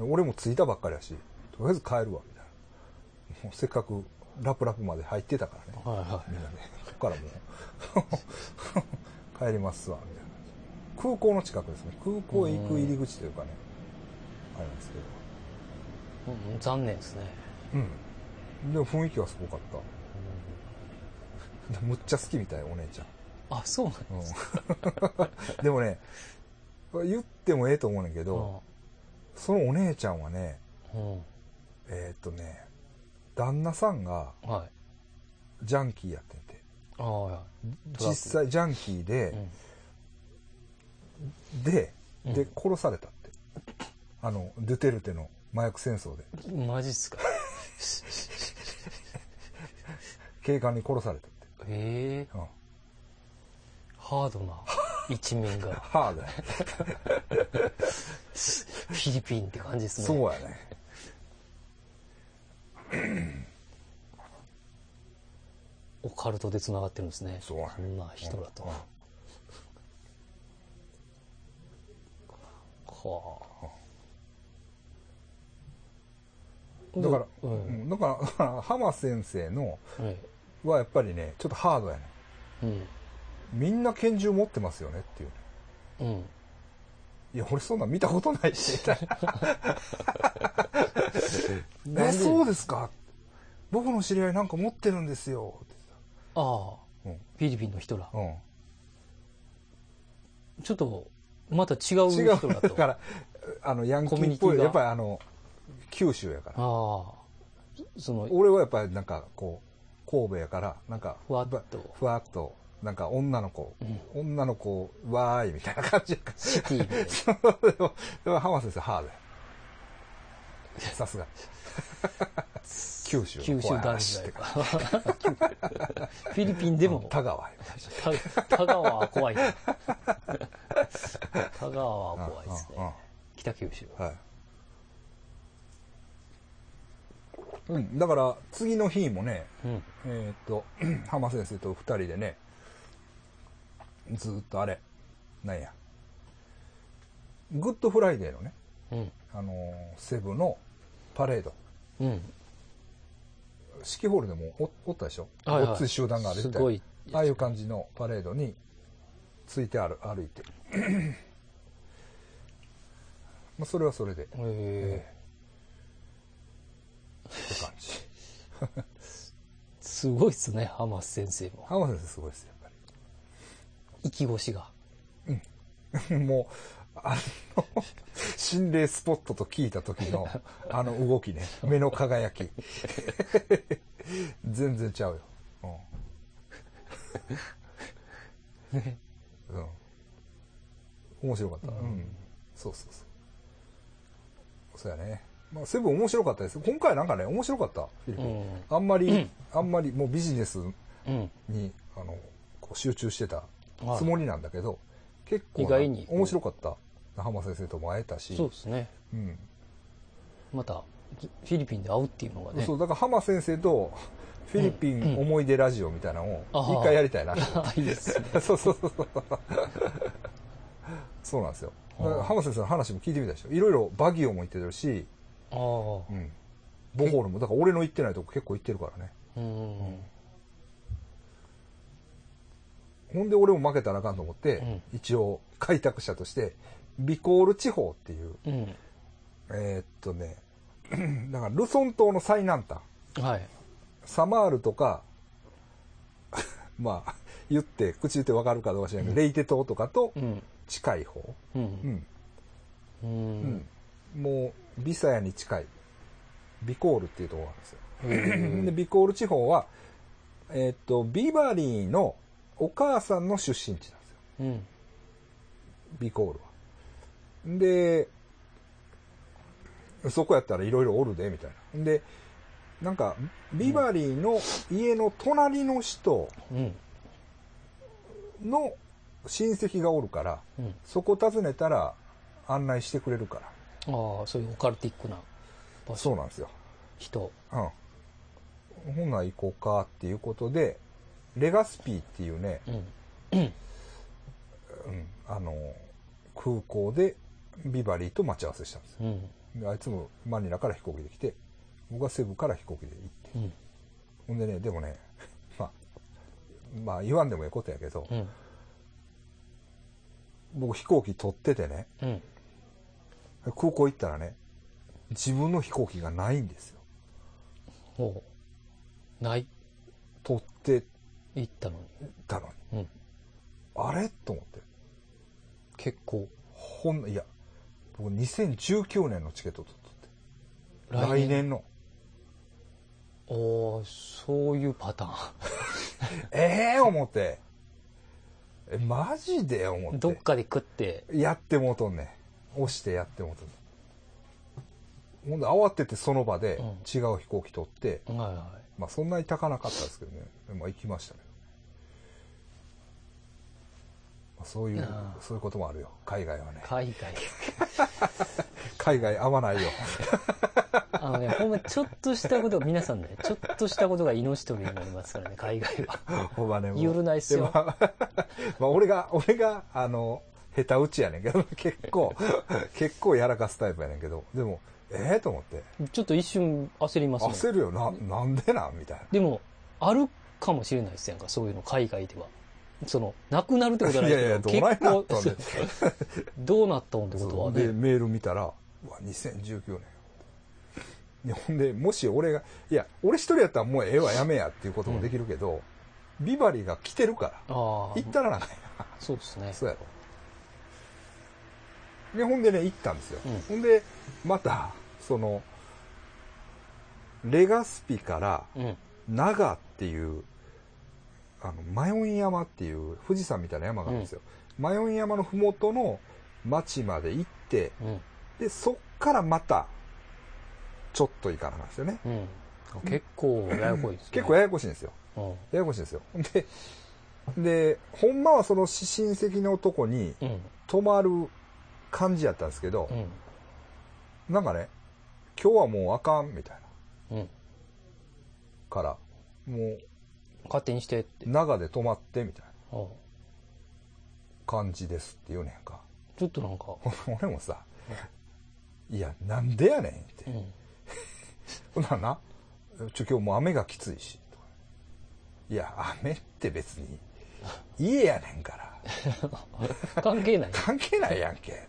俺も着いたばっかりやしとりあえず帰るわみたいなもうせっかくラプラプまで入ってたからね、はいはい、みんなねそこからもう帰りますわみたいな空港の近くですね空港へ行く入り口というかね、うん、あれなんですけど、うん、残念ですね。 うんでも雰囲気はすごかった、うん、むっちゃ好きみたいお姉ちゃん。 あそうなんですか、 うん、でもね言ってもええと思うねんけど、うん、そのお姉ちゃんはね、うん、えー、っとね旦那さんがジャンキーやってて、 あ実際ジャンキーで、うん、でで殺されたって、あのドゥテルテの麻薬戦争で。 マジっすか。 警官に殺されたって。 へえ、うん、ハードな一面が。 ハードや。 フィリピンって感じですね。 そうやね。 オカルトでつながってるんですね。 そうやね。 そんな人だと。うんうん、はあ。だから、うん、だから、浜先生の、はやっぱりね、ちょっとハードやね。うん、みんな拳銃持ってますよねっていうね。うん。いや、俺そんなん見たことないし、みたいな。え、そうですか？僕の知り合いなんか持ってるんですよ。ってああ、うん、フィリピンの人ら。うん。ちょっと、また違う人だと。 違う。だから、あの、ヤンキーっぽい、やっぱりあの、九州やから。ああ。その、俺はやっぱりなんかこう、神戸やから、なんか、 ふわっと。 ふわっと。なんか女の子、うん、女の子、わーいみたいな感じやから。 シティみたいな。 でも、浜先生、ハードや。さすが。九州。 九州男児だよ。フィリピンでも。 田川。 田川は怖い。田川は怖いですね。北九州。はい。うん、だから、次の日もね、うん、えっと、浜先生と二人でね、ずっとあれ、なんや、グッドフライデーのね、うん、あのー、セブのパレード。うん。四季ホールでも お, おったでしょ、はいはい、ごっつい集団があるみたいな。ああいう感じのパレードについてある歩いて。まあそれはそれで。へえー。って感じ。 すごいっすね、浜先生も。 浜先生すごいっす、やっぱり。 息越しが。 うん。もう、あの、心霊スポットと聞いた時の、あの動きね。目の輝き。全然ちゃうよ。うん。ね。うん。面白かった。うん。うん、そうそうそう。そうやね。まあ、セブン面白かったです。今回なんかね、面白かった。フィリピン。うん、あんまり、うん、あんまりもうビジネスに、うん、あの、こう集中してたつもりなんだけど、結構、意外に面白かった。浜先生とも会えたし。 そうですね。うん。また、フィリピンで会うっていうのがね。 そう、だから浜先生とフィリピン思い出ラジオみたいなのを一回やりたいな。 いいですね。 そうそうそうそう。そうなんですよ。浜先生の話も聞いてみたでしょ。いろいろバギオも行ってるし、あうん、ボホールも、だから俺の行ってないとこ結構行ってるからね。うん、ほんで俺も負けたらあかんと思って、うん、一応開拓者としてビコール地方っていう、うん、えー、っとねだからルソン島の最南端、はい、サマールとかまあ言って口言って分かるかどうか知らないけど、うん、レイテ島とかと近い方、うんうんうんうん、もうビサヤに近いビコールっていうところなんですよ。でビコール地方は、えー、っとビバリーのお母さんの出身地なんですよ、うん、ビコールは。でそこやったらいろいろおるでみたいな。でなんかビバリーの家の隣の人の親戚がおるから、うん、そこ訪ねたら案内してくれるから。 ああ、そういうオカルティックな場所。そうなんですよ。 人。 うん。ほんなら行こうかっていうことで、レガスピーっていうね、うんうん、あの空港でビバリーと待ち合わせしたんですよ。うん、であいつもマニラから飛行機で来て、僕はセブから飛行機で行って、うん、ほんでね、でもね、まあ、まあ言わんでもええことやけど、うん、僕飛行機取っててね、うん、空港行ったらね、自分の飛行機がないんですよ。 ほう。ない。 取って行ったのに。 行ったのに。うん、あれと思って。 結構。 ほん、いや、僕にせんじゅうきゅうねんのチケット取って。来年。来年の。 おー、そういうパターン。 ええ思って。え、マジで思って。 どっかで食って。 やってもうとんねん。押してやってもうとんねん。ほんで慌ててその場で違う飛行機取って、 うん、はいはい。 まあそんなに高なかったですけどね。まあ行きましたね。まあ、そういう、そういうこともあるよ。海外はね。 海外。 海外合わないよ。 あのね、ほんまちょっとしたこと、皆さんね、ちょっとしたことが命取りになりますからね、海外は。 ほんまね、 揺るないっすよ。 まあ、まあ、俺が、俺が、あの、下手打ちやねんけど、結構、結構やらかすタイプやねんけど、でも、ええー、と思って。 ちょっと一瞬焦りますね。 焦るよな、なんでなんみたいな。 でも、あるかもしれないですやんか、そういうの、海外では。その、なくなるってことはないけど、いやいや、どうなったんでどうなったんってことはね。 で、メール見たら、うわ、にせんじゅうきゅうねん。ほんで、もし俺が、いや、俺一人やったらもうええわ、やめやっていうこともできるけど、うん、ビバリーが来てるから、行ったらなかいな。 そうですね。 そうやろ。で、ほんでね、行ったんですよ。うん、ほんで、また、その、レガスピから、ナガっていう、あの、マヨン山っていう富士山みたいな山があるんですよ。うん、マヨン山のふもとの町まで行って、うん、で、そっからまた、ちょっと行かなかったんですよね。うん、 結構ややこしいですね。 結構ややこしいんですよ。うん、ややこしいんですよ。で、で、ほんまはその親戚のとこに泊まる感じやったんですけど、うん、なんかね、今日はもうあかんみたいな。うん、から、もう、 勝手にしてって。 長で泊まってみたいな感じですって言うねんか。 ちょっとなんか。 俺もさ、いや、なんでやねんって。うん、ほんならな、ちょ、今日もう雨がきついし。いや、雨って別に家やねんから。 関係ない。 関係ないやんけ。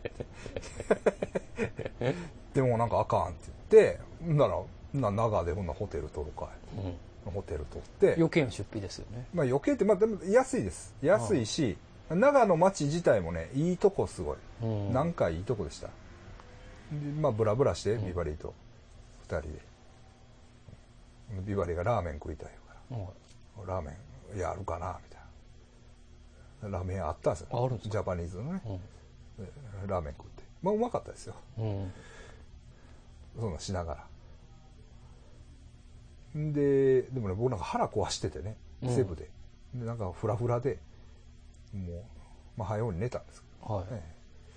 でもなんかあかんって言って、なら、な長でほんなホテル取るかい。うんホテル取って余計な出費ですよね。 まあ余計ってまあでも安いです安いし、ああ長野町自体もねいいとこすごい、うん、なんかいいとこでしたでまあブラブラして、うん、ビバリーとふたりでビバリーがラーメン食いたいから、うん、ラーメンいやあるかなみたいなラーメン屋あったんですよあるんですかジャパニーズのね、うん、ラーメン食ってまあうまかったですよ、うん、そんなしながらで、でもね、僕なんか腹壊しててね、セブで。うん、で、なんかフラフラで、もう、まあ、早うに寝たんですけど。はい。ね、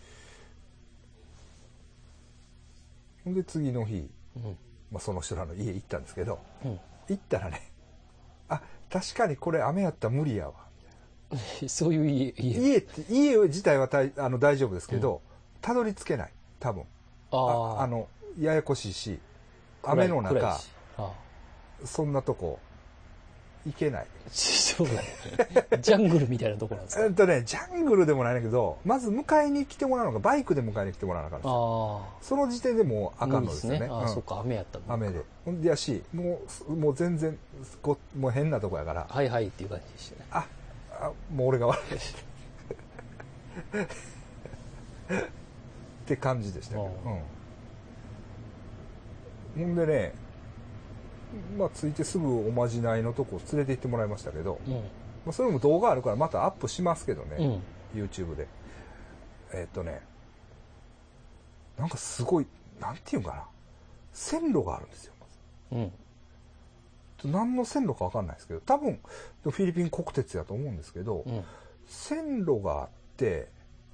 ほんで、次の日、うん、まあ、その人らの家行ったんですけど、うん、行ったらね、あ、確かにこれ雨やったら無理やわ。 そういう家、 家家って、家自体はたいあの大丈夫ですけど、たど、り着けない。多分。ああ。あの、ややこしいし、雨の中、ああそんなとこ行けない。 そうだね。ジャングルみたいなとこなんですか。 えっとね、ジャングルでもないんだけど、まず迎えに来てもらうのがバイクで迎えに来てもらわなかったんですよ。その時点でもうあかんのですよね。 ねああ、うん、そっか、雨やったもん。 雨で。ほんでやし、もう、もう全然、こもう変なとこやから。 はいはいっていう感じでしたね。 あ、あもう俺が悪い。って感じでしたけど。うん。ほんでね、まあ、着いてすぐおまじないのとこ連れて行ってもらいましたけど、うん、まあ、それも動画あるからまたアップしますけどね、うん、YouTube で。えー、っとね、なんかすごい、なんていうんかな、線路があるんですよ。うん、何の線路か分かんないですけど、多分フィリピン国鉄やと思うんですけど、うん、線路があって、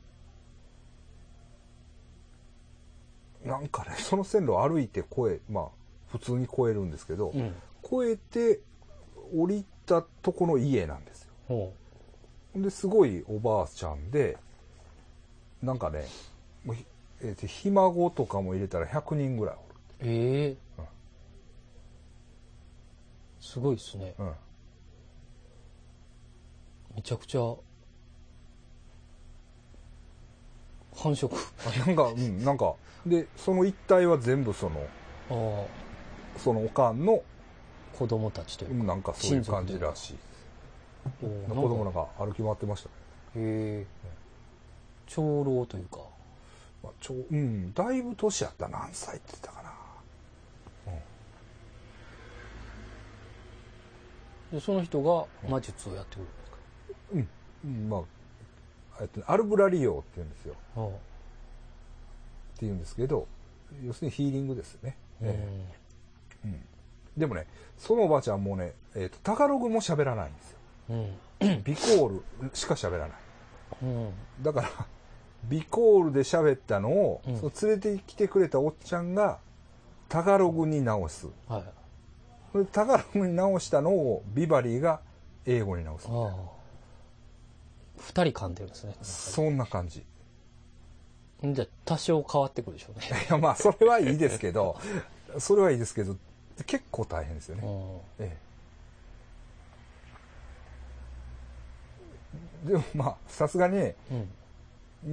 なんかね、その線路を歩いて越え、まあ、普通に越えるんですけど、うん、越えて降りたとこの家なんですよ。ですごいおばあちゃんで、なんかね、もうえー、ひ孫とかも入れたらひゃくにんぐらいおる。 ええーうん、すごいですね。うん、めちゃくちゃ繁殖。 なんか、うん、なんかでその一帯は全部その。あそのおかんの子供たちというかなんかそういう感じらしい子供なんか歩き回ってましたね。へえ、 長老というか、 まあ、ちょうんだいぶ年やった何歳って言ってたかな、 でその人が魔術をやってくるんですか？ うん、まあえっとアルブラリオって言うんですよ。 ああって言うんですけど、要するにヒーリングですね。ええうん、でもね、そのおばあちゃんもね、えー、とタガログも喋らないんですよ。うん、ビコールしか喋らない。うん、だからビコールで喋ったのを、うん、その連れてきてくれたおっちゃんがタガログに直す。はい、タガログに直したのをビバリーが英語に直す。 二人噛んでるんですね。 そんな感じ。 じゃあ多少変わってくるでしょうね。 いやまあそれはいいですけどそれはいいですけど結構大変ですよね。ええ、でもまあさすがに、うん、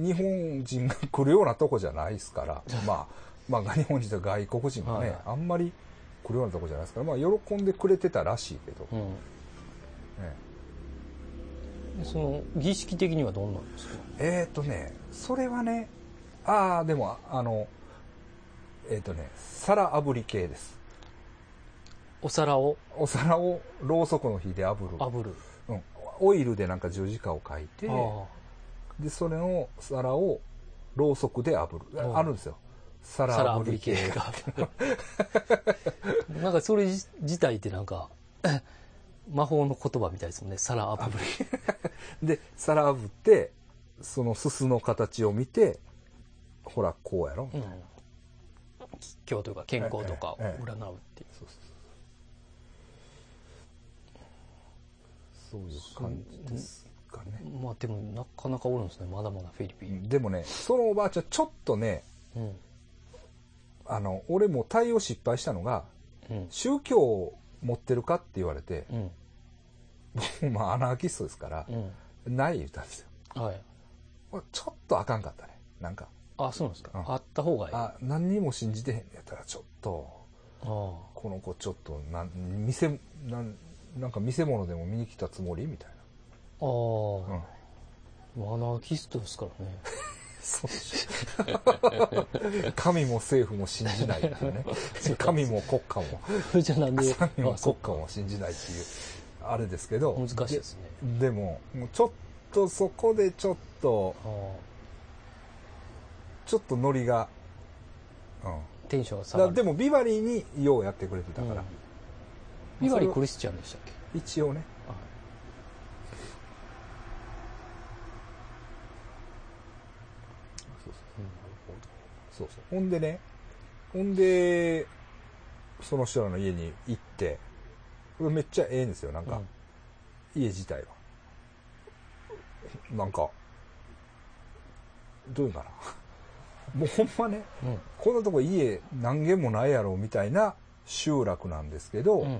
日本人が来るようなとこじゃないですからまあまあ日本人と外国人がね、はい、あんまり来るようなとこじゃないですから、まあ喜んでくれてたらしいけど、うんええ、その儀式的にはどうなんですか？ えっとねそれはねああでもあのえっ、ー、とね皿炙り系です。 お皿をお皿をろうそくの火で炙る炙る、 うん、オイルでなんか十字架を書いてでそれの皿をろうそくで炙るあるんですよ皿炙り系がなんかそれ自体ってなんか魔法の言葉みたいですもんね。皿炙りで皿炙ってそのすすの形を見てほらこうやろみたいな、うん、 吉凶というか健康とかを占うっていう、ええええ、そうそうそういう感じですかね。 まあでもなかなかおるんですねまだまだフィリピン。 でもねそのおばあちゃんちょっとね、うん、あの俺も対応失敗したのが、うん、宗教を持ってるかって言われて、うん、まあアナーキストですから、うん、ない言ったんですよ、はい、ちょっとあかんかったねなんか。 あ、そうなんですか、うん、あった方がいい。 あ何にも信じてへんやったらちょっとあこの子ちょっとなん見せなんなんか見せ物でも見に来たつもりみたいな。ああ、うん、 アナーキストですからね。 そう神も政府も信じないっていうね神も国家もじゃなんで神も国家も信じないっていうあれですけど難しいですね。 で、でももうちょっとそこでちょっとちょっとノリが、 うん、テンションが下がる。 でもビバリーにようやってくれてたから、うん、 ビバリークリスチャンでしたっけ？ 一応ね、はい、そうそう、うん、そうそうほんでねほんでその人らの家に行ってこれめっちゃええんですよなんか、うん、家自体はなんかどういうかなもうほんまね、うん、こんなとこ家何軒もないやろみたいな集落なんですけど、うん、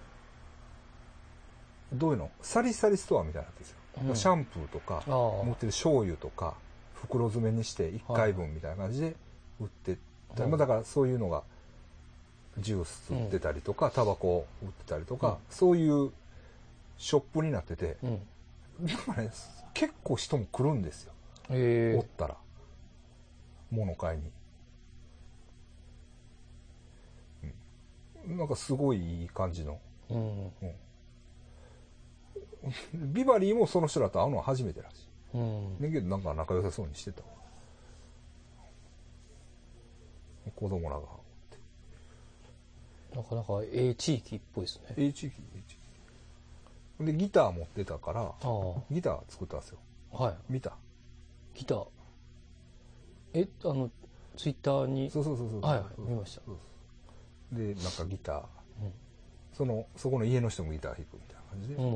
どういうのサリサリストアみたいなんですよ、うん、シャンプーとか持ってる醤油とか袋詰めにしていっかいぶんみたいな感じで売ってた、はい、だからそういうのがジュース売ってたりとか、うん、タバコ売ってたりとか、うん、そういうショップになってて、うん、なんかね結構人も来るんですよ、へー、おったら物買いに、うん、なんかすごいいい感じの、うんうん、ビバリーもその人らと会うのは初めてらしい、うん、だけどなんか仲良さそうにしてた子供らがなかなかええ地域っぽいですね。 ええ地域、ええ地域でギター持ってたからギター作ったんですよ。はい。見たギターえあのツイッターにそうそうそうそうはい、はい、見ました。 そうそうでなんかギター、うん、そのそこの家の人もギター弾くみたいな感じで、うん、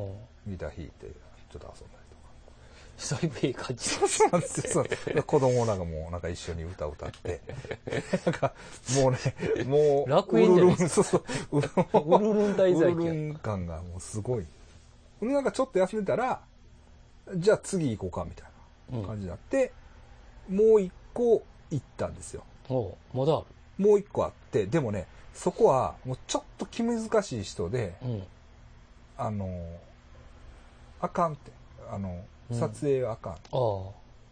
ギター弾いてちょっと遊んだりとかだいぶいい感じそうなんですよ子供らがもうなんか一緒に歌歌ってなんかもうねもう楽園じゃないですか。そうそうウルルン滞在ウルルン感がもうすごい。なんかちょっと休んでたらじゃあ次行こうかみたいな感じになって、うん、もう一個行ったんですよ。 おまだあるもう一個あってでもねそこはもうちょっと気難しい人で、うん、あのあかんってあの撮影はあかん、うん、ああ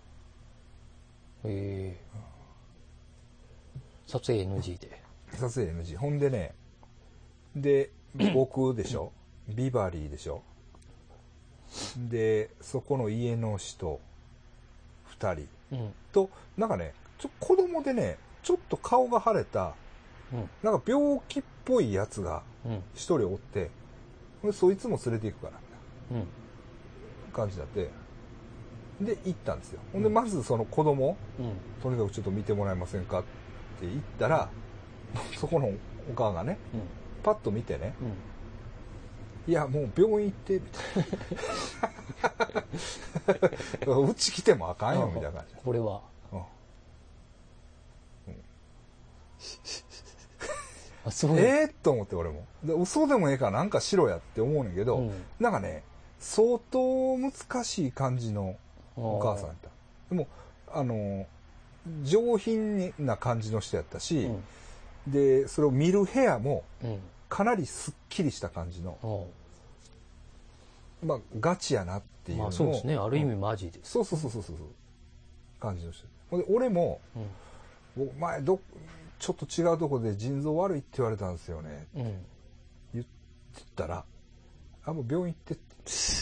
へえ、うん、撮影 エヌジー で撮影 エヌジー ほんでねで僕でしょ、うん、 ビバリーでしょ。でそこの家の人ふたりと、うん、なんかねちょ子供でねちょっと顔が腫れた、うん、なんか病気っぽいやつが一人おって、うん、そいつも連れて行くからみたいな感じだって、で行ったんですよ。ほんでまずその子供、うん、とにかくちょっと見てもらえませんかって言ったら、そこのお母がね、うん、パッと見てね、うん、いやもう病院行ってみたいなうち来てもあかんよみたいな感じ。 これは、うんうん、あそうえー、と思って俺もで嘘でもええからなんかしろやって思うねんけど、うん、なんかね相当難しい感じのお母さんやった。でもあの上品な感じの人やったし、うん、でそれを見る部屋もかなりすっきりした感じの、うん、まあガチやなっていうのを、まあ、 そうですね、ある意味マジです、 うん、そうそうそうそうそう感じの人で、俺も、うん、前どちょっと違うとこで腎臓悪いって言われたんですよね、うん、言ったらあもう病院行ってって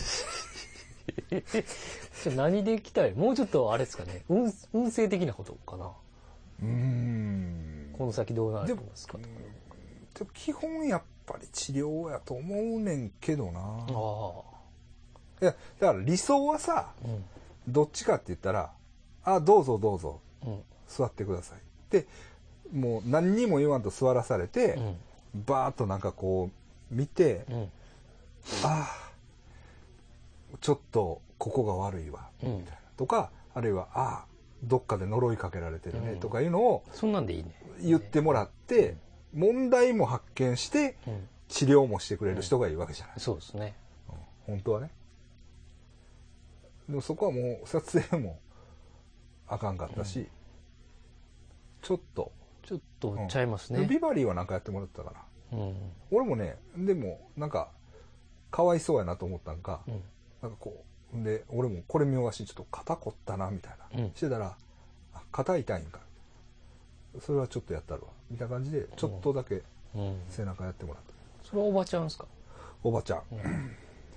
じゃ何で来たいもうちょっとあれですかね 運, 運勢的なことかな。うーんこの先どうなるんですかとか。でも基本やっぱり治療やと思うねんけどなあ。いやだから理想はさ、うん、どっちかって言ったらあどうぞどうぞ、うん、座ってくださいでもう何にも言わんと座らされて、うん、バーッとなんかこう見て、うん、ああちょっとここが悪いわ、うん、みたいなとかあるいはああどっかで呪いかけられてるね、うん、とかいうのをそんなんでいいね言ってもらって、うん、問題も発見して、うん、治療もしてくれる人がいいわけじゃない、 うん、そうですね、 うん、本当はね。でもそこはもう撮影もあかんかったし、うん、ちょっとちょっとちゃいますね、 うん、ビバリーはなんかやってもらってたから、うん、俺もねでもなんかかわいそうやなと思ったんか、うん、なんかこうで俺もこれ見逃しちょっと肩凝ったなみたいな、うん、してたらあ肩痛いんかそれはちょっとやったるわみたいな感じでちょっとだけ背中やってもらった、 うん、それはおばちゃんですか。 おばちゃん、うん、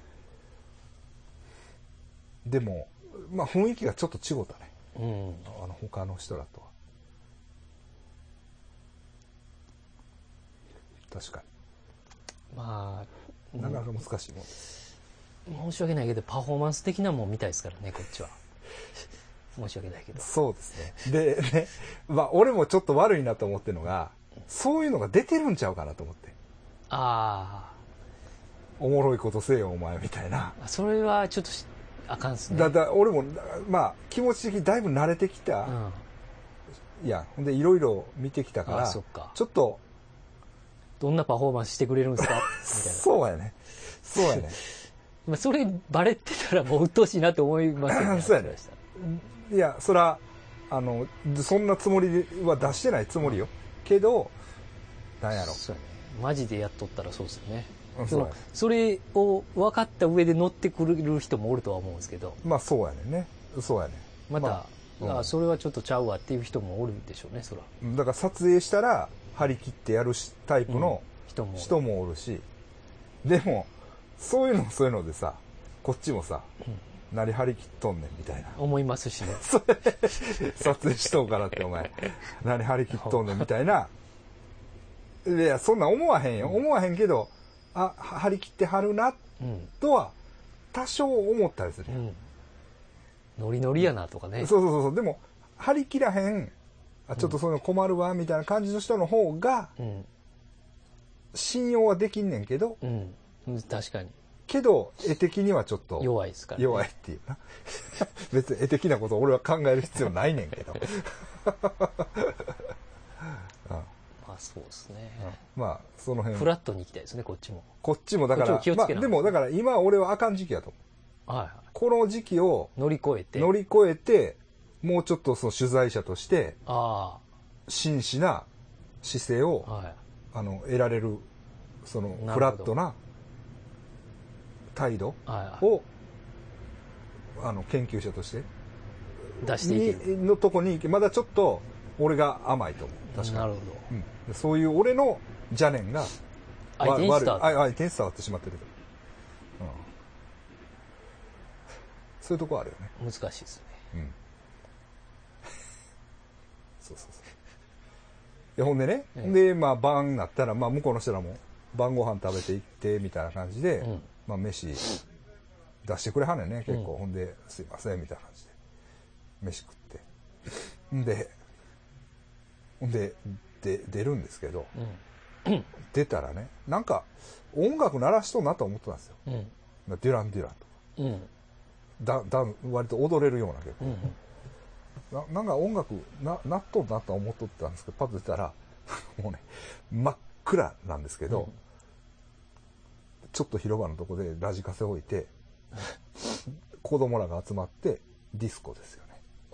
でもまあ雰囲気がちょっと違ったね、うん、あの他の人らとは確かにまあなかなか難しいもんです。 申し訳ないけどパフォーマンス的なもん見たいですからねこっちは申し訳ないけど。 そうですね。でね、まあ俺もちょっと悪いなと思ってるのがそういうのが出てるんちゃうかなと思って。ああ。おもろいことせえよお前みたいな。 それはちょっとあかんっすね。 だだ俺もまあ気持ち的にだいぶ慣れてきた、うん、いやほんでいろいろ見てきたからそっかちょっとどんなパフォーマンスしてくれるんですかみたいな。 そうやねそうやねそれバレてたらもう鬱陶しいなと思いますよね。 そうやね。いやそらあのそんなつもりは出してないつもりよけどなんやろそうやねマジでやっとったらそうですよね。そのそれを分かった上で乗ってくる人もおるとは思うんですけどまあそうやねんねそうやねまた、まあ、あそれはちょっとちゃうわっていう人もおるでしょうねそら。 だから撮影したら張り切ってやるタイプの人も、うん、人もおるしでもそういうのもそういうのでさこっちもさ、うん、何張り切っとんねんみたいな思いますしね撮影しとうからってお前何張り切っとんねんみたいないやそんなん思わへんよ、うん、思わへんけどあ張り切ってはるなとは多少思ったりする、うん、 ノリノリやなとかね、 うん、そうそうそうでも張り切らへんあちょっとそういうの困るわみたいな感じの人の方が、うん、信用はできんねんけど、 うん、確かにけど絵的にはちょっと弱いですから、ね、 弱いっていうな別に絵的なことを俺は考える必要ないねんけどまあそうですね、 うん、まあその辺フラットに行きたいですねこっちもこっちもだから、まあ、でもだから今俺はあかん時期やと思う、はいはい、この時期を乗り越えて乗り越えてもうちょっとその取材者として真摯な姿勢を、はい、あの得られるそのフラットな態度を、はいはい、あの研究者として出していけるのとこにまだちょっと俺が甘いと思う確かに。 なるほど、 うん、そういう俺の邪念が相手に伝わって相手に伝わってしまってるそういうとこあるよね。 難しいですね。 うん。そうそうそう。いやほんでね、ええ、で、まあ晩になったら、まあ向こうの人らも晩ご飯食べていって、みたいな感じで、うん、まあ飯出してくれはんねんね、結構。うん、ほんで、すいません、みたいな感じで。飯食って。んで、ほんで、で、出るんですけど、うん、出たらね、なんか音楽鳴らしとんなと思ってたんですよ。うん、デュラン・デュランとか。うん、だだ割と踊れるような結構。うんな, なんか音楽ななっとんなと思っとったんですけど、パッと出たらもうね真っ暗なんですけど、うん、ちょっと広場のとこでラジカセ置いて子供らが集まってディスコですよね。ああ。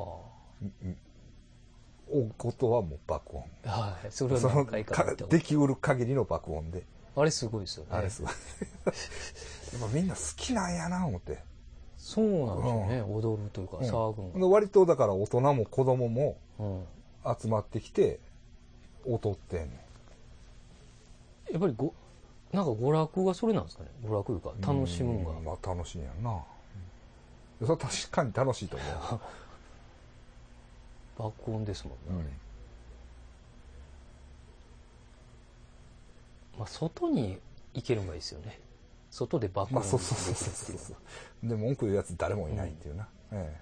おことはもう爆音。はい。それは何回か見た。できうる限りの爆音で。 あれすごいですよね。 あれすごい。やっぱみんな好きなんやな思って。 そうなんですよね、うん、踊るというか騒ぐの、 うん、割とだから大人も子供も集まってきて踊ってんねん。 やっぱりごなんか娯楽がそれなんですかね。娯楽いうか楽しむんが、 うん、まあ楽しいんやんな、うん、それは確かに楽しいと思う。 爆音ですもんね、うん、まあ外に行けるのがいいですよね。外で爆音、まあ、 そうそうそうそうそう。でも文句言うやつ誰もいないっていうな、うん、え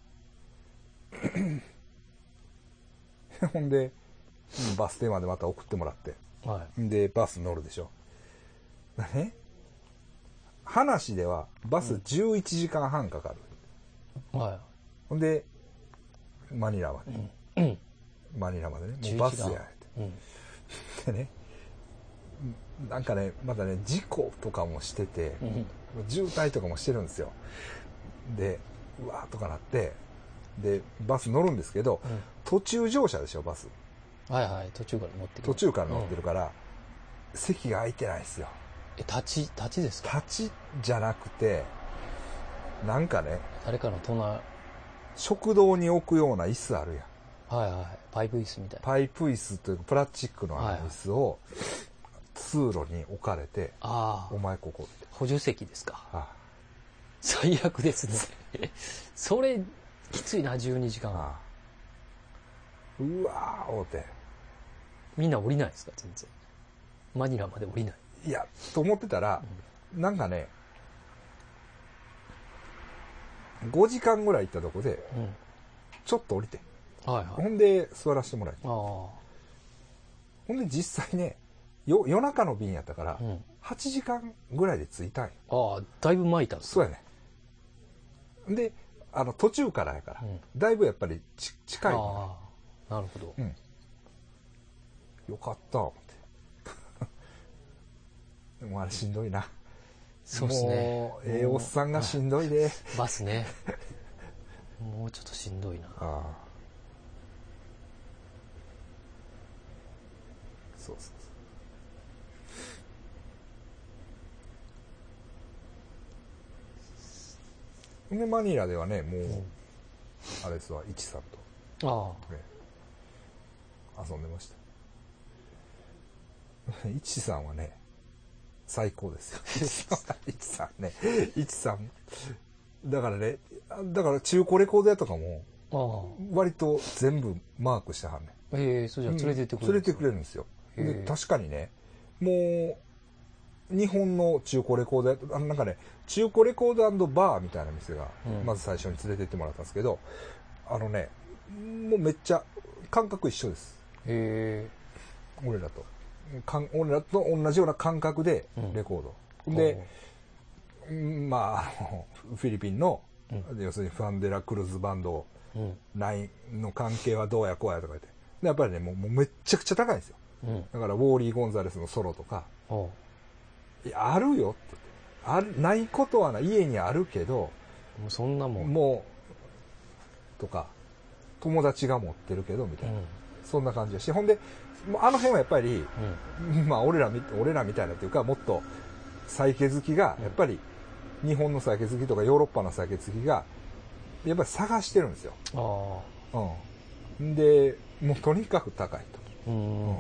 えほんでバス停までまた送ってもらって、はい、でバス乗るでしょ。ね、話ではバスじゅういちじかんはんかかる、うん、はい、ほんでマニラまで、うん、マニラまでね、もうバスやって、うん、でね、なんかねまだね事故とかもしてて、うん、渋滞とかもしてるんですよ。でうわーとかなってでバス乗るんですけど、うん、途中乗車でしょバス。 はいはい、途中から乗って途中から乗ってるから、うん、席が空いてないですよ。 え立ち立ちですか。 立ちじゃなくてなんかね誰かの隣食堂に置くような椅子あるやん。はいはい、パイプ椅子みたいな。 パイプ椅子というかプラスチックのあの椅子を、はいはい、通路に置かれて、あお前ここって補助席ですか。ああ最悪ですね。それきついな、じゅうにじかん。ああうわーおうてみんな降りないですか全然。マニラまで降りない。 いやと思ってたら、うん、なんかねごじかんぐらい行ったとこで、うん、ちょっと降りて、はいはい、ほんで座らせてもらえて、あほんで実際ねよ夜中の便やったから、うん、はちじかんぐらいで着いたんよ。 ああだいぶ巻いたんですそうやね。であの途中からやから、うん、だいぶやっぱりち近い、ね、ああなるほど、うん、 よかった思ってでもあれしんどいな。 そうですね。 もうええおっさんがしんどいでバスねもうちょっとしんどいな。ああそうそうそうでマニラではねもう、うん、あれですわイチさんとああ、ね、遊んでましたイチさんはね最高ですよイチさんねイチさんだからねだから中古レコード屋とかも割と全部マークしてはんねん。 ええー、それじゃ連れてってくれるんですか。 連れてくれるんですよ。で確かにねもう日本の中古レコード屋あなんかね中古レコード&バーみたいな店がまず最初に連れてってもらったんですけど、うん、あのねもうめっちゃ感覚一緒です。へえ俺らとかん俺らと同じような感覚でレコード、うん、でまあフィリピンの、うん、要するにファンデラクルーズバンドナインの関係はどうやこうやとか言ってでやっぱりねもう、もうめっちゃくちゃ高いんですよ、うん、だからウォーリー・ゴンザレスのソロとかいやあるよってあるないことはない家にあるけどもうそんなもんもうとか友達が持ってるけどみたいな、うん、そんな感じだしほんであの辺はやっぱり、うん、まあ俺ら俺らみたいなっていうかもっとサイケ好きがやっぱり日本のサイケ好きとかヨーロッパのサイケ好きがやっぱり探してるんですよ。あ、うん、でもうとにかく高いと。うん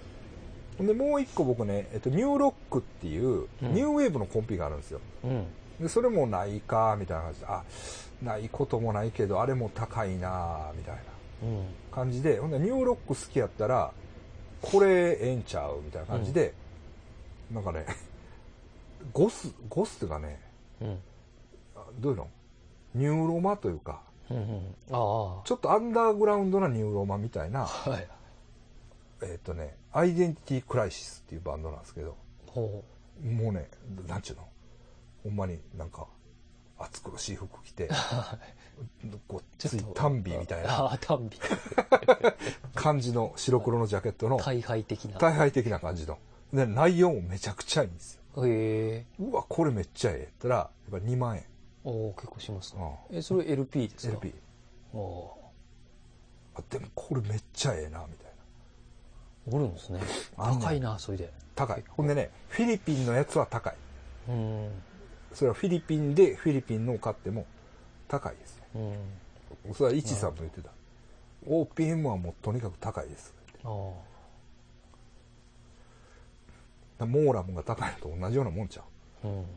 うん、でもう一個僕ね、えっと、ニューロックっていう、うん、ニューウェーブのコンピがあるんですよ。うん、 でそれもないかみたいな感じで、あ、ないこともないけどあれも高いなみたいな感じで、うん、ほんでニューロック好きやったらこれええんちゃうみたいな感じで、うん、なんかねゴスゴスっていうかね、うん、どういうのニューロマというか、うんうん、あちょっとアンダーグラウンドなニューロマみたいな、はい、えっとねアイデンティティクライシスっていうバンドなんですけど、ほうもうねなんちゅうのほんまになんか暑苦しい服着てごっついタンビーみたいなあタンビ感じの白黒のジャケットの大敗的な大敗的な感じので内容もめちゃくちゃいいんですよ。へえ。うわこれめっちゃええったらやっぱにまんえん。 おお結構しますね。えそれ エルピー ですか？ エルピー。おあでもこれめっちゃええなみたいな。おるんですね。高いなそれで。 高い。ほんでねフィリピンのやつは高い。うん。それはフィリピンでフィリピンのを買っても高いですね。うん。それはイチさんも言ってた。オーピーエム はもうとにかく高いです。ああ。モーラムが高いのと同じようなもんちゃう。うん。うん。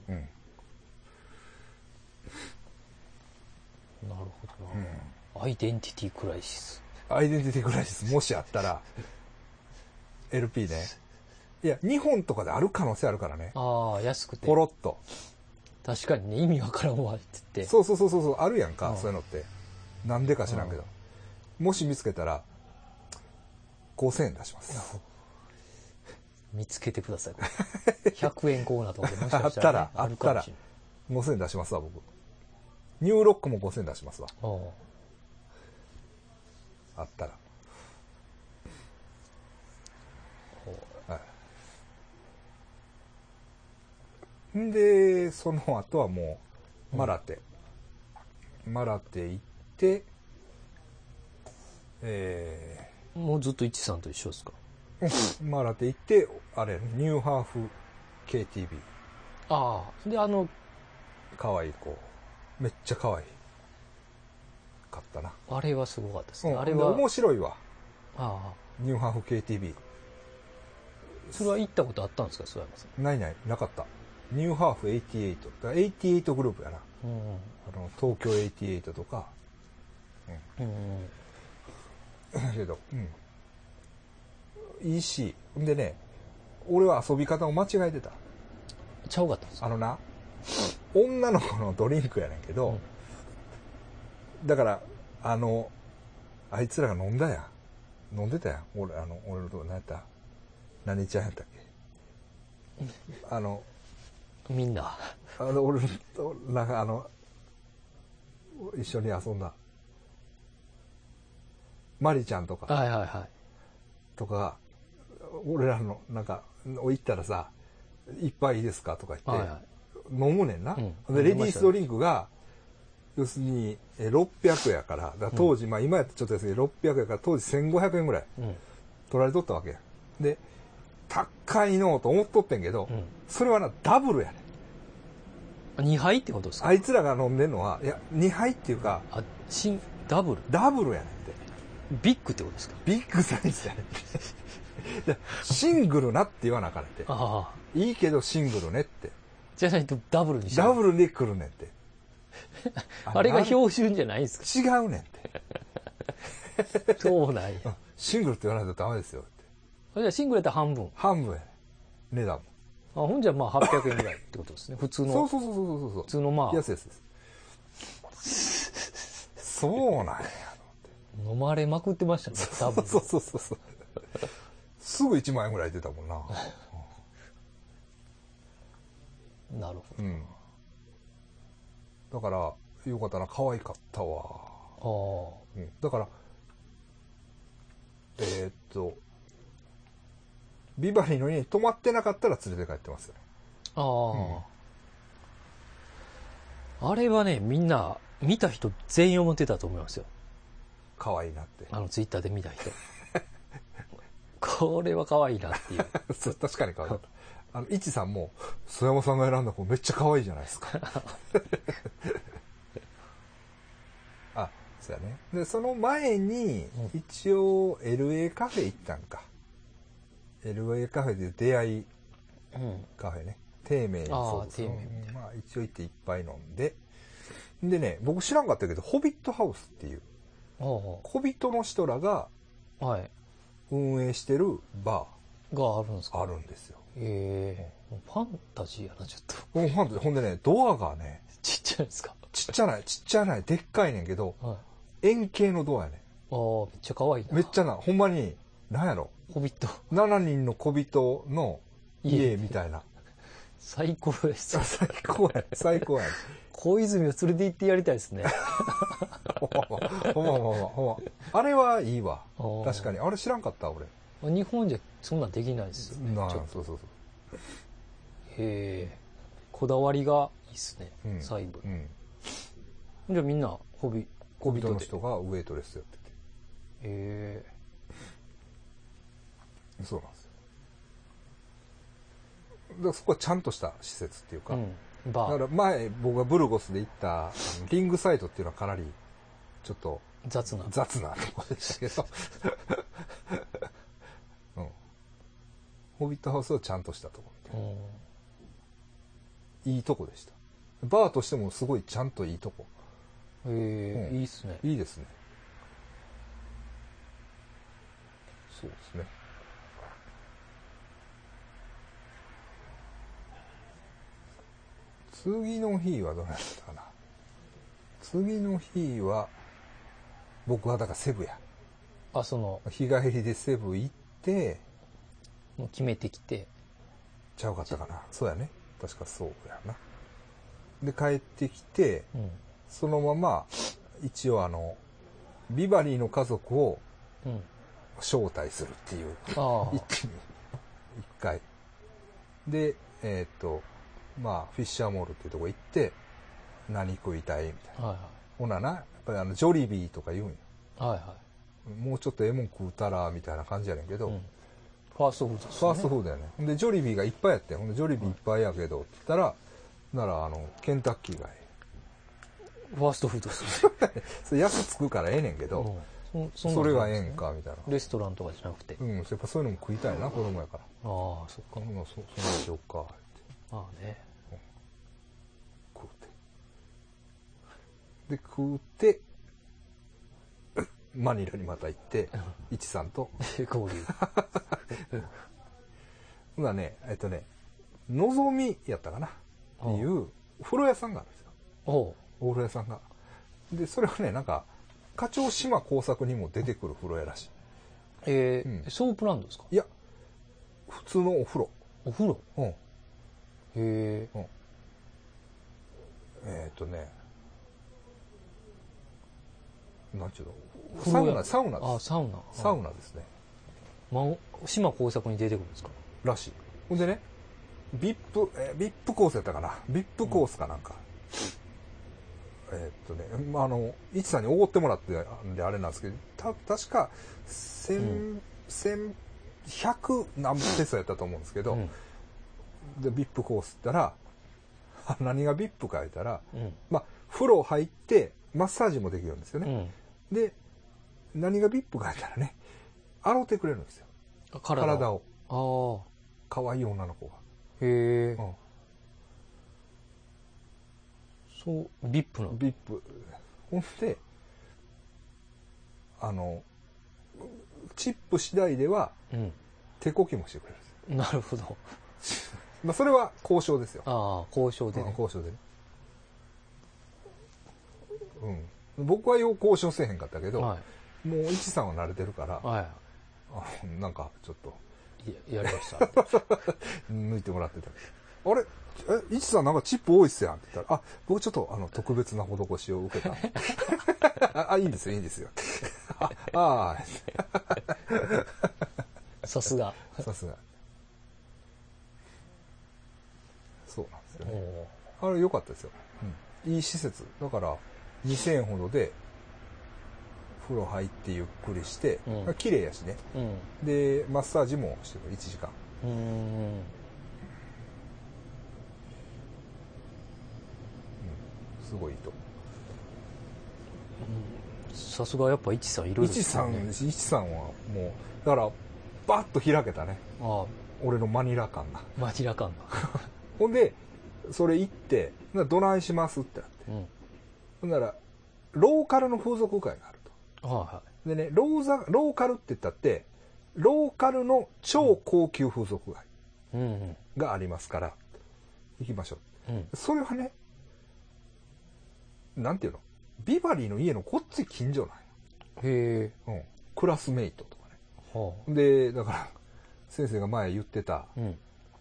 なるほどな、うん。アイデンティティクライシス。 アイデンティティクライシスもしあったら エルピー ね。いや日本とかである可能性あるからね。 ああ安くて。 ポロッと。 確かにね意味わからんわって言って。 そうそうそうそうあるやんか、うん、そういうのって。なんでか知らんけど。うん、もし見つけたらごせんえん出します。 見つけてください。ひゃくえんコーナーとかでもしかしたら、ね、あったら、あったらごせんえん出しますわ、僕。ニューロックもごせんえん出しますわ。あったら。はい。んで、その後はもう、マラテ。うん、マラテ行って、えー、もうずっとイチさんと一緒ですか？ マラテ行って、あれ、ニューハーフ ケーティービー。 ああ、で、あの、 可愛い子。めっちゃ可愛い。買ったな。 あれはすごかったですね。 うん、 あれは。 面白いわ。 ああ。 ニューハーフ ケーティービー。 それは行ったことあったんですか、諏訪山さん。ないない、なかった。ニューハーフはちじゅうはち。だからはちじゅうはちグループやな。うん、あの東京はちじゅうはちとか。うん。うん、けど、うん。いいし、んでね、俺は遊び方を間違えてた。 ちゃうかったんですか？ あのな、女の子のドリンクやねんけど、うん、だから、あの、あいつらが飲んだやん。飲んでたやん。俺、あの、俺のとこ、何やった何ちゃんやったっけあの、 みんな。 あの、俺、なんかあの、一緒に遊んだ。マリちゃんとか。 はいはいはい。 とか、俺らの、なんか、行ったらさ、一杯いいですかとか言って、はいはい、飲むねんな。うん、で、レディースドリンクが、要するに、ろっぴゃくやから、だから当時、うん、まあ今やったらちょっとですけど、ろっぴゃくやから当時せんごひゃくえんぐらい取られとったわけや。で、高いのと思っとってんけど、うん、それはな、ダブルやねん。にはいってことですか？ あいつらが飲んでんのは、いや、にはいっていうか、 あ、新、ダブルダブルやねんって。 ビッグってことですか？ ビッグサイズやねんって。シングルなって言わなあかんねんって。ああいいけどシングルねって。 じゃないとダブルにしダブルで来るねんって。 あ, あれが標準じゃないんですか？違うねんって。 そうなんや。 シングルって言わないとダメですよって。 じゃあシングルやったら半分。 半分やねん。値段も。 あ、ほんじゃまあはっぴゃくえんぐらいってことですね。普通の。 そうそうそうそうそうそう。 普通のまあ。 安いです。そうなんや。 飲まれまくってましたね。多分。 そうそうそうそう。すぐいちまんえんぐらい出たもんな。 なるほど。うん。 だから、よかったな。可愛かったわ。ああ、うん。だから、えー、っと、ビバリーの家に泊まってなかったら連れて帰ってますよ。ああ、うん。あれはね、みんな、見た人全員思ってたと思いますよ。 可愛いなって。 あの、ツイッターで見た人。これは可愛いなっていう。 確かに可愛かった。あの、いちさんも、曽山さんが選んだ子めっちゃ可愛いじゃないですか。あ、そうやね。で、その前に、一応、エルエー カフェ行ったんか。エルエー カフェで出会いカフェね。 丁寧にそうです、うん、まあ一応行っていっぱい飲んででね僕知らんかったけどホビットハウスっていう小人の人らが運営してるバーがあるんですか。 あるんですよ。 へえー、ファンタジーやなちょっと。 ファンタジーほんでねドアがねちっちゃいですか。 ちっちゃないちっちゃないでっかいねんけど、はい、円形のドアやねん。ああめっちゃ可愛いな。 めっちゃなほんまになんやろホビットしちにんの小人の家みたいな。 最高ですよ。 最高や最高や小泉を連れて行ってやりたいですね。 ほんまほんまほんまほんまあれはいいわ。確かにあれ知らんかった俺。 日本じゃそんなんできないですよね。 なあそうそうそう。 へえこだわりがいいっすね、うん、細部、うん、じゃあみんなホビ小人の人がウェイトレスやってて。 へえそうなんですよ。だからそこはちゃんとした施設っていうか、うん、バーだから前僕がブルゴスで行ったリングサイドっていうのはかなりちょっと雑な雑なところでしたけど、うん、ホビットハウスはちゃんとしたところみたいな、うん、いいとこでした。バーとしてもすごいちゃんといいとこ。 へえ、うん、いいっすね。 いいですね。そうですね。次の日はどうなったかな。次の日は僕はだからセブや。 あ、その日帰りでセブ行ってもう決めてきてちゃうかったかな。そうやね。確かそうやな。で帰ってきて、うん、そのまま一応あのビバリーの家族を招待するっていう、うん、一気に一回でえっ、ー、とまあフィッシャーモールっていうとこ行って何食いたいみたいな、はいはい、ほななやっぱりあのジョリビーとか言うんよ、はいはい、もうちょっとええもん食うたらみたいな感じやねんけど、うん、 ファーストフードですね。 ファーストフードやね。ほんでジョリビーがいっぱいやってほんでジョリビーいっぱいやけどって言ったらならあのケンタッキーがええファーストフードですねそれ安つくからええねんけど、うん、そ, それがええんかみたいな。 レストランとかじゃなくて、 うん、やっぱそういうのも食いたいな子供やから。ああそっか、 うん、そそんなしようかって。 まあね、 うん、食うてで食うてマニラにまた行って一さんと合流ほなねえっとねのぞみやったかなっていう風呂屋さんがあるんですよ。おお風呂屋さんがでそれはねなんか課長島耕作にも出てくる風呂屋らしい。 えーうん、ソープランドですか。 いや普通のお風呂。 お風呂、うん、へえ、うん、えー、っとねなんちゅうのサウナサウナです。 あサウナサウナですね。 ま、島耕作に出てくるんですか。 らしい。ほんでねビップ、えー、ビップコースやったかなビップコースかなんか、うん、えー、っとねあのいちさんにおごってもらってんであれなんですけどた確かせん、うん、せんひゃく何ペソやったと思うんですけど、うん、でビップコースって言ったら何がビップか言ったら、うん、まあ風呂入ってマッサージもできるんですよね、うん、で何がビップか言ったらね洗ってくれるんですよ 体, 体を。ああ可愛い女の子が。 へえ、うん、そうビップのビップほんであのチップ次第では、うん、手こきもしてくれるんですよ。 なるほどまあそれは交渉ですよ。 ああ交渉でね、 うん、交渉でね、うん、僕はよう交渉せえへんかったけど、はい、もう一さんは慣れてるから、はい、あなんかちょっとやりました抜いてもらってた。あれえ一さんなんかチップ多いっすやんって言ったらあ僕ちょっとあの特別な施しを受けたあいいんですよいいんですよああさすがさすがそうなんですよね。あれ良かったですよ、うん、いい施設だからにせんえんほどで風呂入ってゆっくりして、うん、綺麗やしね、うん、でマッサージもしてるいちじかん。うーん、うん、すごいいいと。 さすがやっぱ一さんいるんですよね。 一さんはもうだからバッと開けたね。ああ俺のマニラ感がマニラ感がほんでそれ行ってどないしますってなって、うん、ほんならローカルの風俗会があると、はいはい、でねローザローカルって言ったってローカルの超高級風俗街がありますから、行きましょう、うん、それはねなんていうのビバリーの家のこっち近所なんよ。へえ、うん、クラスメイトとかね、はあ、でだから先生が前言ってた、うん、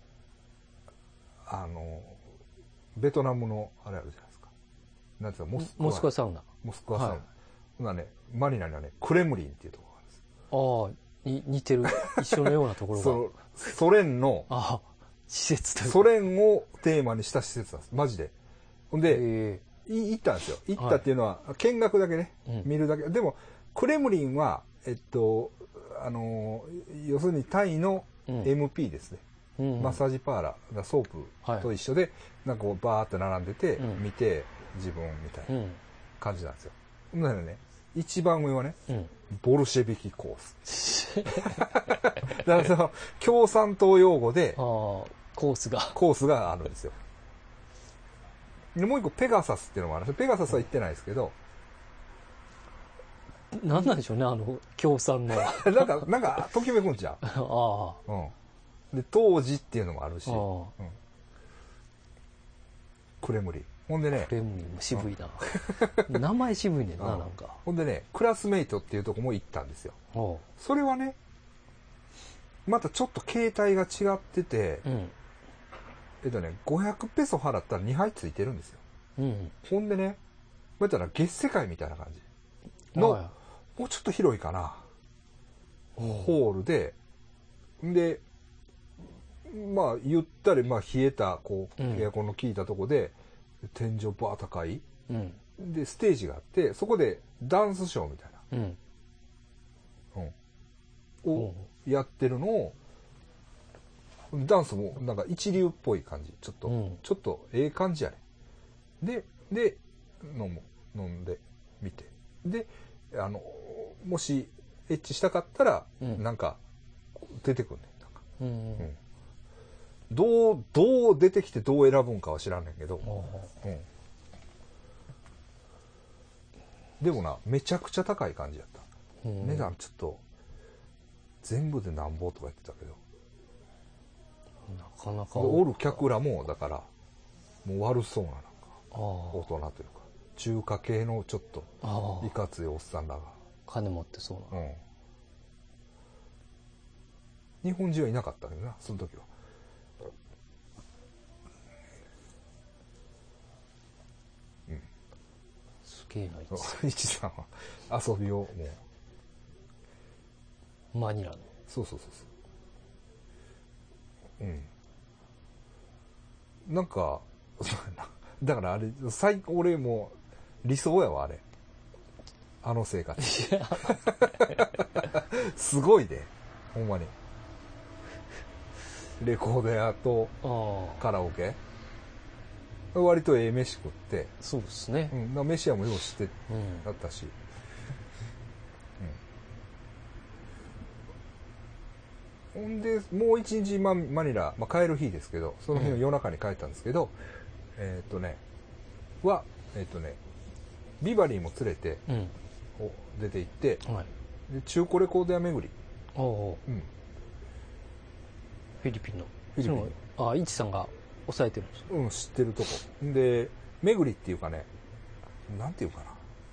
あのベトナムのあれあるじゃないですか、なんていうのモスクワ、 モスクワサウナモスクワサウナ、はい、ほなねマニラにはねクレムリンっていうところがあるんですよ。 ああに似てる一緒のようなところがそソ連のあ施設というかソ連をテーマにした施設なんですマジで。ほんで行ったんですよ。行ったっていうのは、はい、見学だけね、うん、見るだけでもクレムリンはえっとあの要するにタイの エムピー ですね、うんうん、マッサージパーラーソープと一緒で、はい、なんかこうバーって並んでて、うん、見て自分みたいな感じなんですよ。だからね一番上はね、うん、ボルシェビキコースだからその共産党用語でコースがコースがあるんですよ。でもう一個ペガサスっていうのもあるんですよ。ペガサスは行ってないですけど、 何なんでしょうねあの共産のなんかなんかときめくんちゃうあ、うん、で当時っていうのもあるし、うん、クレムリンほんでねクレムリンも渋いな、うん、名前渋いねんな、うん、なんかほんでねクラスメイトっていうとこも行ったんですよ。それはねまたちょっと形態が違ってて、うん、えっとねごひゃくペソ払ったらにはいついてるんですよ、うん、ほんでねまたら月世界みたいな感じの、はい、もうちょっと広いかなホールででまあゆったり、まあ、冷えたこう、うん、エアコンの効いたとこで天井バー高い、うん、でステージがあってそこでダンスショーみたいな、うんうん、をやってるのをダンスもなんか一流っぽい感じちょっと、うん、ちょっとええ感じやねでで飲む飲んでみてであのもしエッチしたかったら、うん、なんか出てくんねんなんか、うんうんうんどう、どう出てきてどう選ぶんかは知らんねんけど、うん、でもなめちゃくちゃ高い感じやった、うん、値段ちょっと全部でなんぼとか言ってたけどなかなかおる客らもだからもう悪そうななんか大人というか中華系のちょっといかついおっさんらが金持ってそうな、うん、 日本人はいなかったけどなその時は。 すげえな一さんは遊びをもうマニラのそうそうそうそううんなんかだからあれ最高俺もう理想やわあれあの生活すごいでほんまにレコード屋とカラオケ割とええ飯食ってそうですね、 うん、飯屋もようしてだったし、うんうん、ほんでもう一日マニラ、まあ、帰る日ですけどその日の夜中に帰ったんですけど、うん、えっとねはえっとねビバリーも連れて、うん、出て行って、はい、で中古レコード屋巡りおうおう、うん、 フィリピンのフィリピンのあイチさんが抑えてるんですか。 うん知ってるとこで巡りっていうかねなんていうかな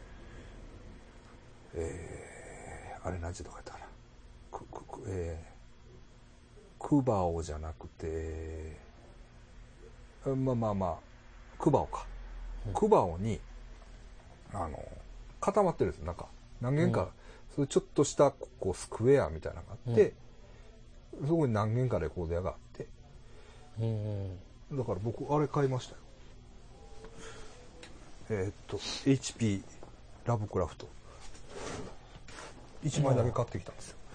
えー、あれ何時とか言ったかなくくくえー、クバオじゃなくてまあまあまあクバオか、うん、クバオにあの固まってるんですなんか何軒か、うん、そういうちょっとしたこうスクエアみたいなのがあって、うん、そこに何軒かレコード屋があって、うんだから僕あれ買いましたよえー、っと エイチピー ラブクラフトいちまいだけ買ってきたんですよ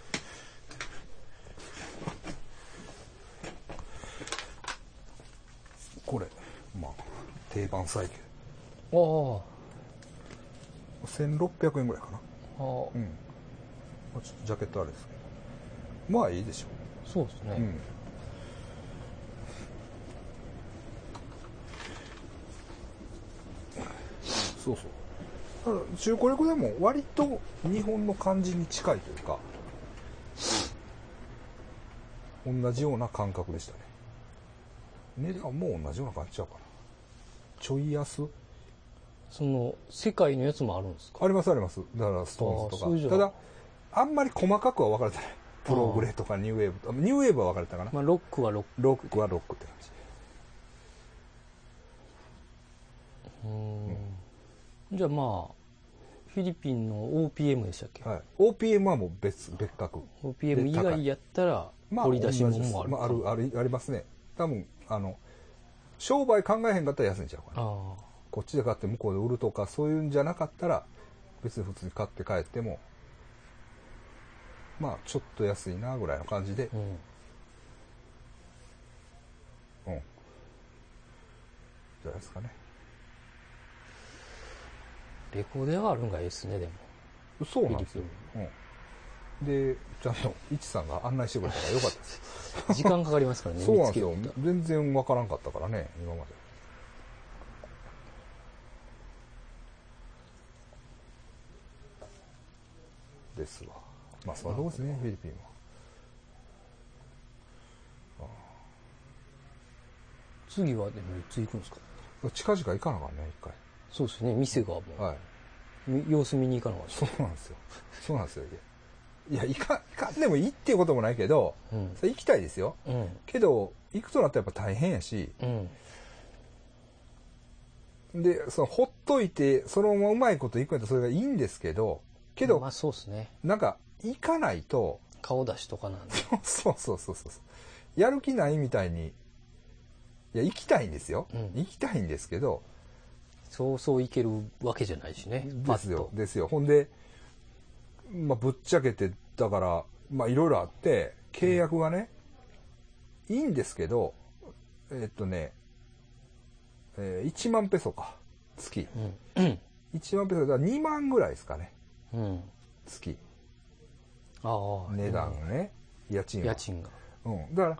これまあ定番サイケルああせんろっぴゃくえんぐらいかなああうんちょっとジャケットあれですけどまあいいでしょそうですね、うんそうそう。だから中古レコでも割と日本の感じに近いというか、同じような感覚でしたね。値段も同じような感じちゃうかな。ちょい安。 その世界のやつもあるんですか？ ありますあります。だからストーンズとか。 そういうじゃただあんまり細かくは分かれてない。プログレとかニューウェーブとニューウェーブは分かれたかな。 まあロックはロック。 ロックはロックって感じ。 うん、じゃあまあフィリピンの オーピーエム でしたっけ？ はい。オーピーエム はもう別別格。 オーピーエム 以外やったら掘り出し物もある。 まあ、あるあるありますね。多分あの商売考えへんかったら安いんちゃうかな。あ、こっちで買って向こうで売るとかそういうんじゃなかったら別に普通に買って帰ってもまあちょっと安いなぐらいの感じで、うん、うん、じゃないですかね。 レコーデはあるんがいいですね。でもそうなんですよ、うん、でちゃんといちさんが案内してくれたからよかったです時間かかりますからね。 そうなんですよ。全然わからんかったからね今までですわ。まあそんなとこですね、フィリピンは。 次はでもいつ行くんですか？ 近々行かなあかんね、一回。 そうですね、店がもう、はい、様子見に行かなあかん。 そうなんですよ。そうなんですよ。いや、行か、行かんでもいいっていうこともないけど、うん、それ行きたいですよ。うん、けど、行くとなったらやっぱ大変やし、うん、で、その、ほっといて、そのままうまいこと行くんやったらそれがいいんですけど、けど、 まあそうですね。 なんか、行かないと、 顔出しとかなんで。 そうそうそうそう。やる気ないみたいに、いや、行きたいんですよ。うん、行きたいんですけど、 そうそう行けるわけじゃないしね。 ですよ、ですよ。ほんで、まあ、ぶっちゃけて、だから、まあ、いろいろあって、契約がね、うん、いいんですけど、えー、っとね、えー、いちまんペソか、月。うん、いちまんペソだからにまんぐらいですかね。うん、月。ああ。値段ね、うん、家賃は。 家賃が。 うん。だから、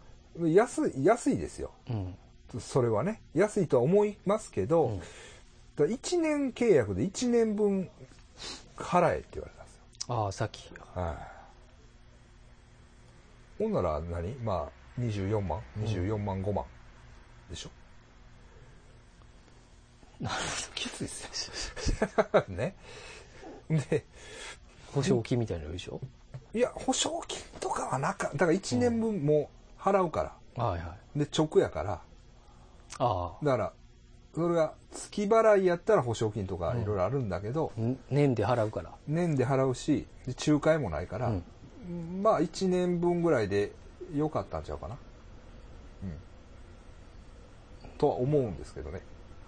安い、安いですよ。うん、それはね、安いとは思いますけど、うん、だからいちねん契約でいちねんぶん払えって言われたんですよ。 ああ、さっき。はい。 ほんなら何？まあ、にじゅうよんまん、にじゅうよんまんごまんでしょ。 なるほど。 きついっすよ。ね。で、 保証金みたいなのでしょ？ いや、保証金とかはなかった。だからいちねんぶんも払うから。 はいはい。 で、直やから。ああ。だから、それが月払いやったら保証金とかいろいろあるんだけど、 うん、年で払うから。 年で払うし、仲介もないから、うん、まあいちねんぶんぐらいでよかったんちゃうかな。うん。とは思うんですけどね。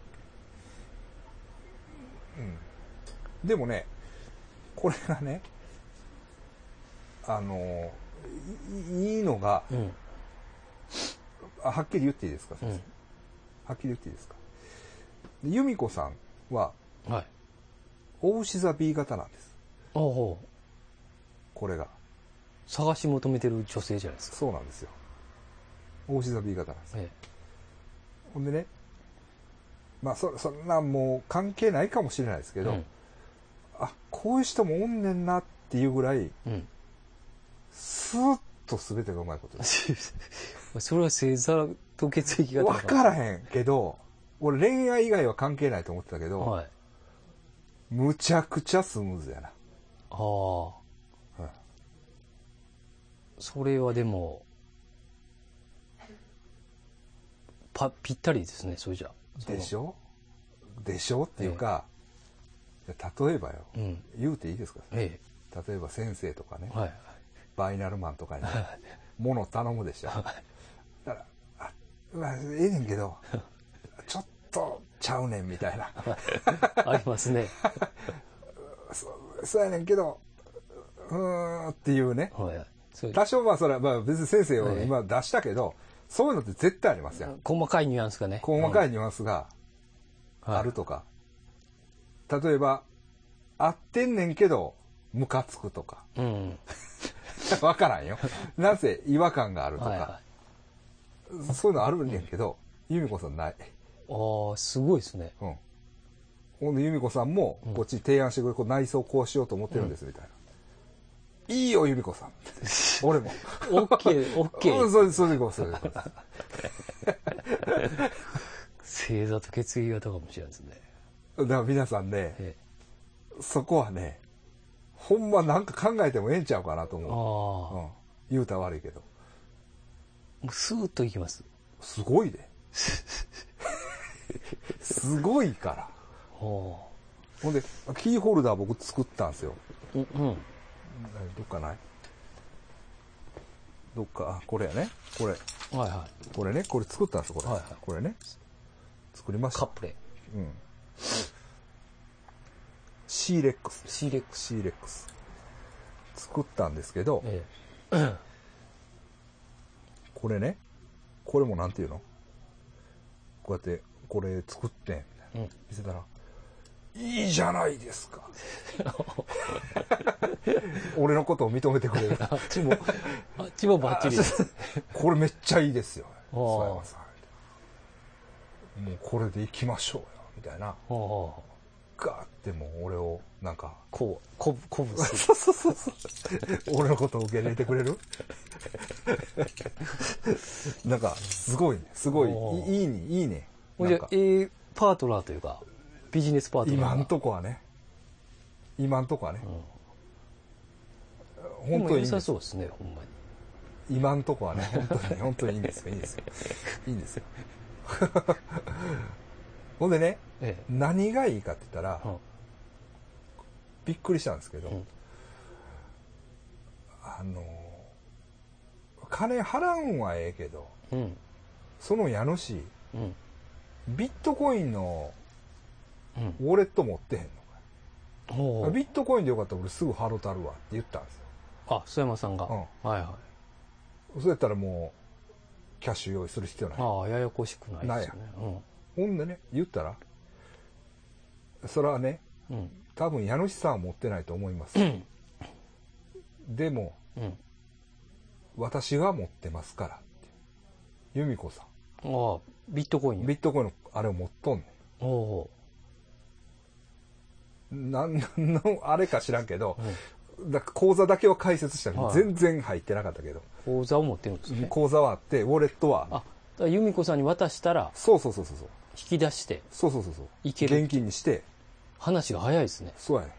うん。でもね、これがね、あの、いいのが、うん、あ、はっきり言っていいですか、先生。うん、はっきり言っていいですか。由美子さんは、はい、お牛座 ビー 型なんです。おうおう、これが。 探し求めてる女性じゃないですか。 そうなんですよ。お牛座 ビー 型なんです。ええ、ほんでね、まあそ、そんなもう関係ないかもしれないですけど、うん、あ、こういう人もおんねんなっていうぐらい、うん、スーッと全てがうまいことです。 それは星座と血液型分からへんけど、俺恋愛以外は関係ないと思ってたけど、はい、むちゃくちゃスムーズやな。ああ、 うん、それはでもパぴったりですね。それじゃでしょでしょっていうか、ええ、例えばよ、うん、言うていいですか、ええ、例えば先生とかね、はい、バイナルマンとかに、ね、物頼むでしょ。だからあ、まあ、ええねんけどちょっとちゃうねんみたいなありますね。 そ, そうやねんけどうーんっていうね、はい、多少まあそれはまあ別に先生を今出したけど、はい、そういうのって絶対ありますよ。 細かいニュアンスがね、 細かいニュアンスがあるとか、はい、例えば合ってんねんけどムカつくとか、うん、分からんよ。なぜ違和感があるとか、はいはい、そういうのあるんねんけど、由美子さんない。 ああ、すごいですね。 うん。 ほんで由美子さんもこっち提案してくれ、こう内装こうしようと思ってるんですみたいな、うん、いいよ由美子さん俺も OK OK そうですそうですそうです正座と決意型かもしれないですね。 だから皆さんね、ええ、そこはねほんまなんか考えてもええんちゃうかなと思う。あ、うん、言うたら悪いけどもうスーッといきます。 すごいですごいから。ほんでキーホルダー僕作ったんですよ。うん、うん、どっかないどっか、あ、これやねこれ、はいはい、これねこれ作ったんですよこれ、はいはい、これね作りました。 カップレ、うん、 シーレックスシーレックスシーレックス作ったんですけど、ええ、これねこれもなんていうのこうやってこれ作ってんみたいな、うん、見せたらいいじゃないですか俺のことを認めてくれるあっちもあっちもバッチリですこれめっちゃいいですよ曽山さん、もうこれでいきましょうよみたいなガーってもう俺をなんかこう鼓舞鼓舞するそうそうそう俺のことを受け入れてくれるなんかすごいねすごいいいねいいね。 じゃあ、えー、パートナーというかビジネスパートナー今んとこはね今んとこはね、 うん、本当に良さそうですねほんまに今んとこはね本当に本当にいいんですよいいんですよいいんですよほんでね、ええ、何がいいかって言ったら、うん、びっくりしたんですけど、うん、あの金払うんはええけど、うん、その家主、うん、ビットコインのウォレット持ってへんのか、うん、ビットコインでよかったら俺すぐ払うたるわって言ったんですよ。 あ、曽山さんが、うん、はいはい。 そうやったらもうキャッシュ用意する必要ない。 ああ、ややこしくないですよね。 うん、ほんでね言ったらそれはね、うん、多分家主さんは持ってないと思います、うん、でも、うん、私が持ってますからって由美子さん、 ああ、ビットコインビットコインのあれを持っとんねん。おなんのあれか知らんけど、うん、だから口座だけは解説したら全然入ってなかったけど、 口座を持ってるんですね。 口座はあってウォレットはあ、だから由美子さんに渡したらそうそうそうそうそう引き出してそうそうそうそういける現金にして話が早いですね。 そうやね。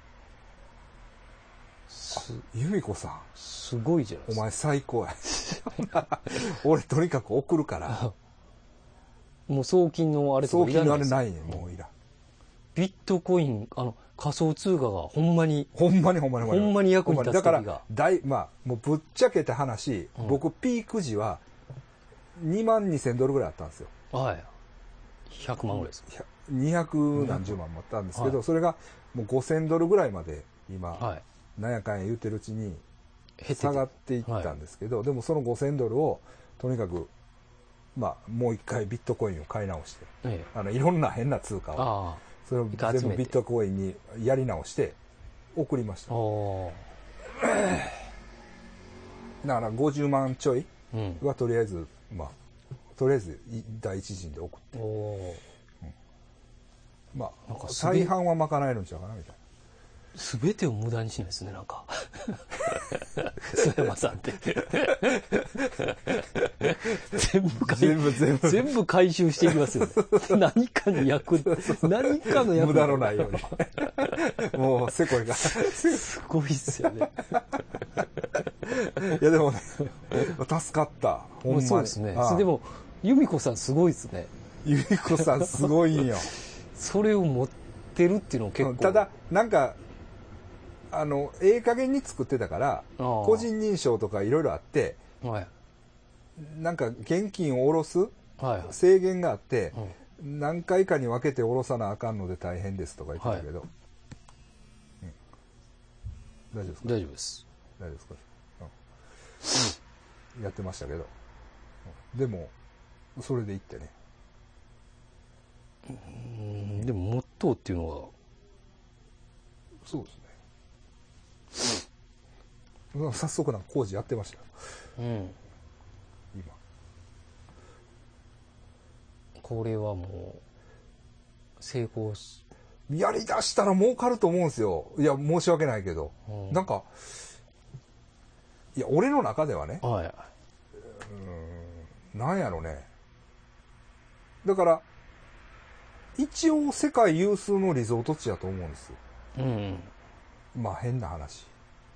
由美子さんすごいじゃないですか。 お前最高や俺とにかく送るからもう送金のあれとかいらないです。 送金のあれないねもういらん。 ビットコインあの仮想通貨がほんまにほんまにほんまにほんまに役に立つ時がだから大まあもうぶっちゃけた話、うん、僕ピーク時はにまんにせんドルぐらいあったんですよ。 はいひゃくまんぐらいですか。 にひゃくなんじゅうまんもあったんですけど、はい、それがもうごせんドルぐらいまで今、はい、なんやかんや言うてるうちに下がっていったんですけど、はい、でもそのごせんドルをとにかくまあもう一回ビットコインを買い直して、ええ、あのいろんな変な通貨をそれを全部ビットコインにやり直して送りました。だからごじゅうまんちょいはとりあえず、うん、まあとりあえず第一陣で送って、うん、まあなんか大半は賄えるんちゃうかなみたいな。 全てを無駄にしないですねなんか曽山さんって全部全部全部全部回収していきますよね何かに役何かの役無駄のないようにもうせこいがすごいっすよねいやでもね助かったほんまに。 そうですね。ああでも由美子さんすごいですね。 由美子さんすごいんよそれを持ってるっていうの結構ただなんかあのええ加減に作ってたから個人認証とかいろいろあって、はい、なんか現金を下ろす制限があって、はいうん、何回かに分けて下ろさなあかんので大変ですとか言ってたけど、はいうん、大丈夫ですか？ 大丈夫です。 大丈夫ですか？うん、やってましたけど、うん、でもそれでいってね。 うんでもモットーっていうのはそうですね。早速なんか工事やってましたよ、うん、今これはもう成功やりだしたら儲かると思うんですよ。いや、申し訳ないけど。うん、なんか、いや、俺の中ではね、はい、うーん、なんやろね。だから、一応世界有数のリゾート地やと思うんですよ。うん、まあ変な話。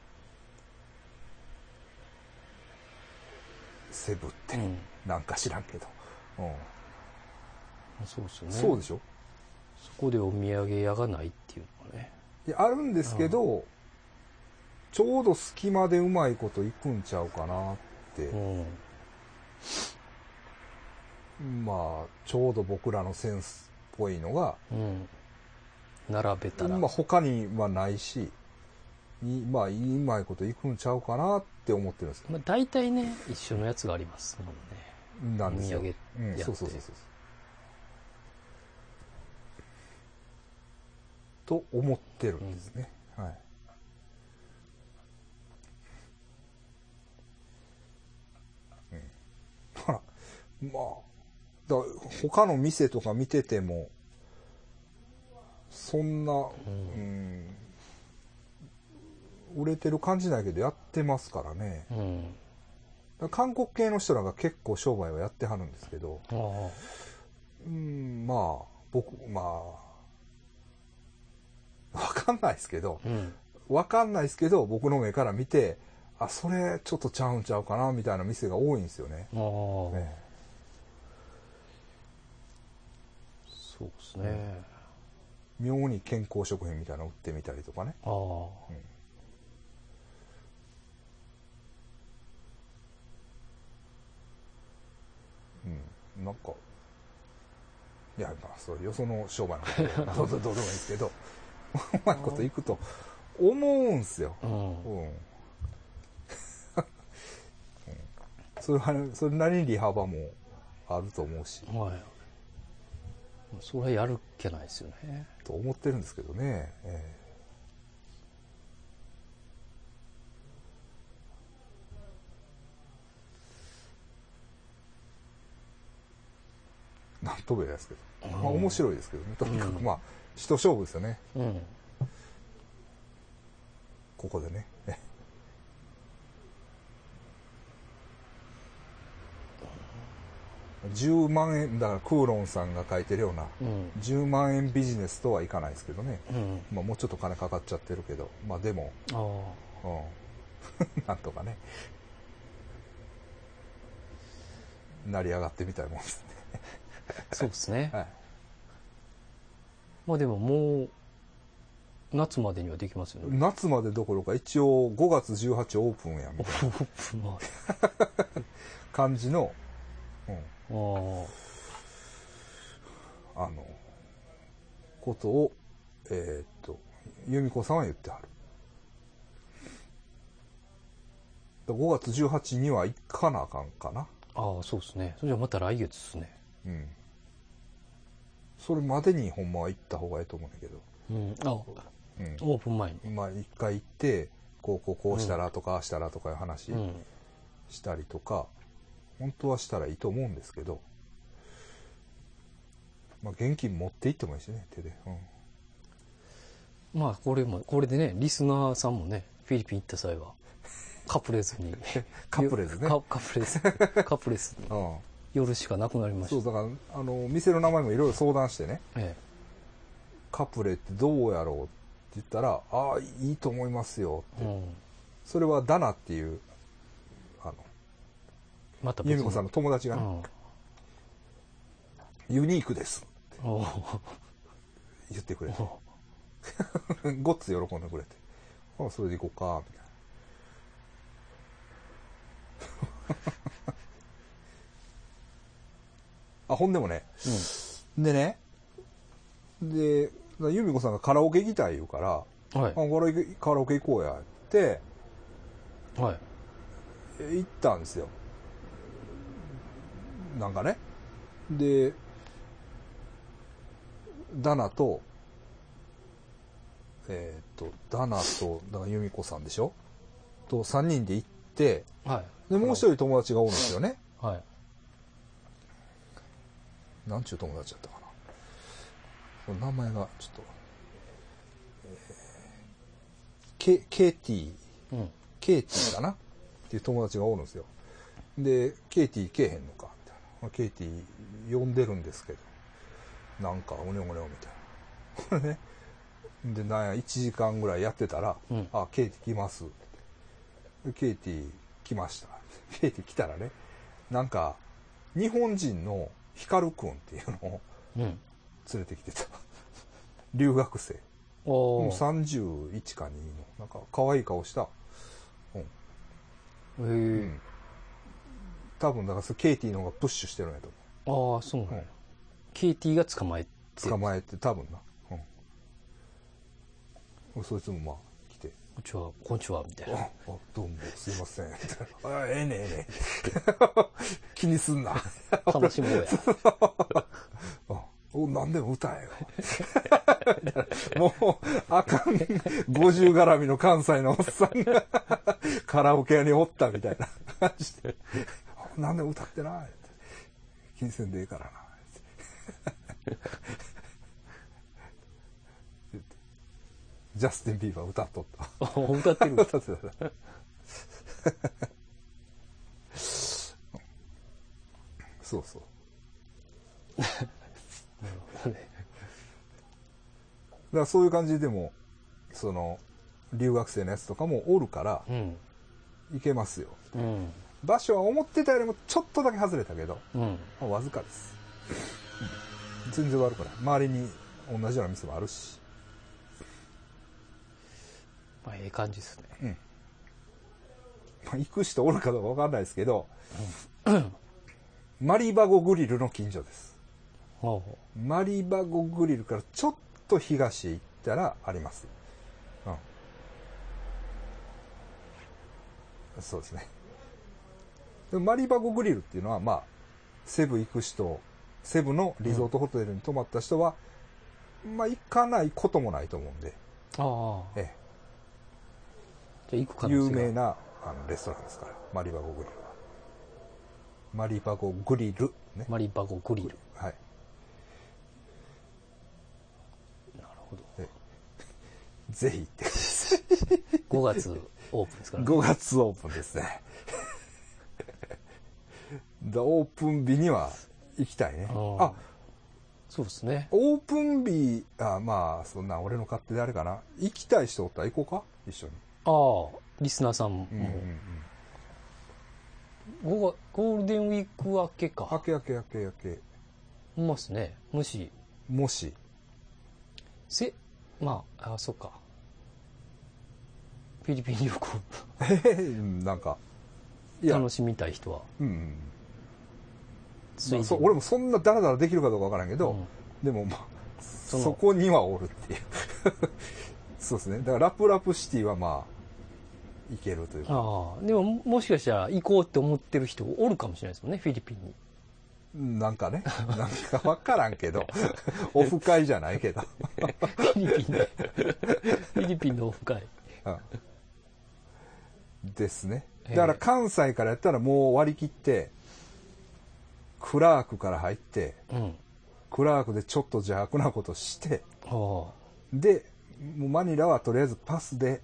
セブって、うん、なんか知らんけど。うん、 そうですよね。 そうでしょ。 そこでお土産屋がないっていうのはね。 いや、あるんですけど、うん、ちょうど隙間でうまいこといくんちゃうかなって。うん、まあ、ちょうど僕らのセンスっぽいのが、うん、 並べたら。 まあ、他にはないし、まあ、うまいこといくんちゃうかなって思ってるんですけど。まあ、 大体ね、一緒のやつがありますもんね。 なんですよ。 お土産やって、うん、そうそうそうそう。 と思ってるんですね。うん、はい。うん。まあ、まあ、だ他の店とか見てても、そんな、うん、うん、売れてる感じないけどやってますからね。うん、だ韓国系の人らが結構商売はやってはるんですけど、うん、まあ、僕、まあ、わかんないですけど、うん、わかんないですけど、僕の目から見て、あ、それちょっとちゃうんちゃうかなみたいな店が多いんですよね。ね、 そうですね、 うん。妙に健康食品みたいなの売ってみたりとかね。あ、うん、うん、なんか、いや、まあ、そういうよその商売のことどうでもいいですけど、うまいこといくと思うんすよ。うん。うん、それは、それなりに利幅もあると思うし。はい。 それはやるっけないですよね。 と思ってるんですけどね。えー、なんとも言えないですけど。まあ面白いですけどね。とにかくまあ、一勝負ですよね。うん。ここでね。じゅうまんえんだからクーロンさんが書いてるような、うん、じゅうまんえんビジネスとはいかないですけどね、うん、まあ、もうちょっと金かかっちゃってるけど、まあでも、うん、なんとかね成り上がってみたいもんですね。 そうですね、はい、まあでももう夏までにはできますよね。 夏までどころか一応ごがつじゅうはちオープンやみたいなオープンまで感じの、うん、ああのことをえー、っと由美子さんは言ってはる。ごがつじゅうはちにちには行かなあかんかな。 ああ、そうですね。それじゃまた来月ですね。うん。 それまでにほんまは行った方がいいと思うんだけど。うん。あ、 うん、オープン前に。 まあ一回行って、こうこうこうしたらとか、ああしたらとかいう話したりとか、うん、本当はしたらいいと思うんですけど、まあ現金持って行ってもいいしね、手で。 うん、まあこれも、これでね、リスナーさんもね、フィリピン行った際は、カプレズにカプレズねカプレズカプレズに寄るしかなくなりました。 そうだからあの店の名前もいろいろ相談してね、ええ、カプレってどうやろうって言ったら、ああいいと思いますよって、うん、それはダナっていうあのまた由美子さんの友達がね、うん、ユニークですって言ってくれてごっつ喜んでくれて、あそれで行こうかみたいなあ、ほんでもね、うん、でね、で、由美子さんがカラオケ行きたい言うから、はい、あカラオケ行こうやって、はい、行ったんですよ。なんかね。で、ダナと、えっ、ー、と、ダナと、だから由美子さんでしょとさんにんで行って、はい、で、もう一人友達がおるんですよね。はい。なんちゅう友達だったかな。名前がちょっとケケーティー、 うん、 ケーティーかなっていう友達がおるんですよ。で、ケーティー来えへんのかみたいな。ケーティー呼んでるんですけど、なんかおねおねおみたいな。ね。で、なんや、いちじかんぐらいやってたら、うん、あ、ケーティー来ます。ケーティー来ました。ケーティー来たらね、なんか、日本人のヒカルくんっていうのを連れてきてた。うん、留学生。もうさんじゅういちかにの、なんか可愛い顔した。うん。へえ、うん。多分だからケーティーの方がプッシュしてるんやと思う。ああ、そうなんや。うん、ケーティーが捕まえて。 捕まえて、多分な。うん。そいつもまあ来て。 こんにちは、こんにちは、みたいな。 あ、どうも、すいません。みたいな。あ、ええねええね気にすんな。 楽しもうや。 お、何でも歌えよ。もう、あかん、ごじゅう絡みの関西のおっさんがカラオケ屋におったみたいな感じで、何でも歌ってな、気にせんでええからな。ジャスティン・ビーバー歌っとった。 歌ってる歌ってた。そうそう。なるほどね。だからそういう感じでもその留学生のやつとかもおるから、うん、行けますよ、うん、場所は思ってたよりもちょっとだけ外れたけど、うん、まあ、わずかです、うん、全然悪くない。周りに同じような店もあるし、 まあええ感じですね、うん、 まあ、行く人おるかどうかわかんないですけど、うん、マリバゴグリルの近所です。ほうほう、マリバゴグリルからちょっと東へ行ったらあります、うん、そうですね。でもマリバゴグリルっていうのはまあセブ行く人、セブのリゾートホテルに泊まった人は、うん、まあ行かないこともないと思うんで、ああ、ええ、じゃあ行く可能性が有名なあのレストランですから、マリバゴグリルは。マリバゴグリル、ね、 マリバゴグリル、 はい。 なるほど。 ぜひ行ってください。 ごがつオープンですからね。 ごがつオープンですね。オープン日には行きたいね。あ、 そうですね。 オープン日、あ、まあそんな俺の勝手であれかな。行きたい人おったら行こうか、一緒に。 ああ、リスナーさんも。うんうんうん、ゴールデンウィーク明けか。 明け明け明け明け。 ほんまっすね。もし。 もし。 せ、まあ、あ、そっか。フィリピン旅行。 なんか。 楽しみたい人は。うん、うん。 まあ、そ俺もそんなダラダラできるかどうかわからんけど、うん、でもまあそ, そこにはおるっていうそうですね。だからラプラプシティはまあ行けるというか。 ああ、でももしかしたら行こうって思ってる人おるかもしれないですもんね、フィリピンに。なんかね、なんかわからんけどオフ会じゃないけどフィリピンでフィリピンのオフ会、 うん、ですね。だから関西からやったらもう割り切ってクラークから入って、うん、クラークでちょっと邪悪なことして、はあ、でもうマニラはとりあえずパスで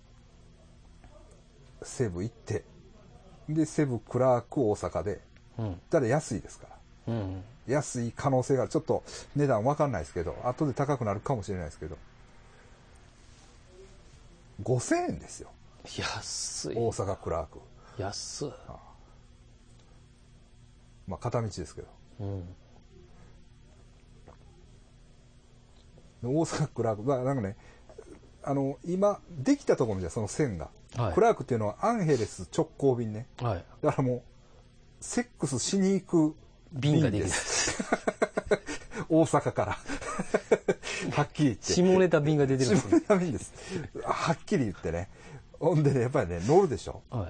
セブ行って、でセブクラーク大阪で、うん、だから安いですから、うん、安い可能性がある。ちょっと値段分かんないですけど、後で高くなるかもしれないですけど、ごせんえんですよ。 安い。 大阪クラーク安い。ああ、 まあ片道ですけど、うん、大阪クラーク、まあ、なんかね、あの今できたところじゃその線が、はい、クラークっていうのはアンヘレス直行便ね、はい、だからもうセックスしに行く便ができた大阪からはっきり言って下ネタ便が出てるんですね。下ネタ便です。はっきり言ってね。ほんでね、やっぱりね、乗るでしょ、はい、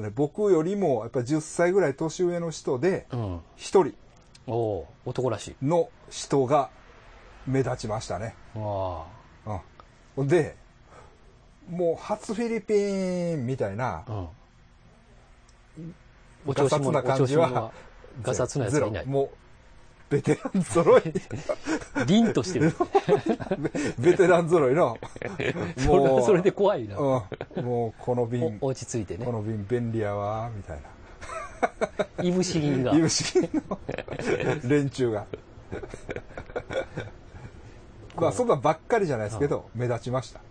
ね、僕よりもやっぱりじゅっさいぐらい年上の人で一人男らしいの人が目立ちましたね。ああ、うん、でもう初フィリピンみたいな、うん、ガサツな感じはガサツなやつがいない。 もベテラン揃い。 凛としてる。 ベテラン揃いの。 もう、それで怖いな。 うん、もう、この瓶。 落ち着いてね。 この瓶便利やわ、みたいな。 いぶし銀が。 いぶし銀の連中が。まあ、そんなばっかりじゃないですけど、目立ちました。うん、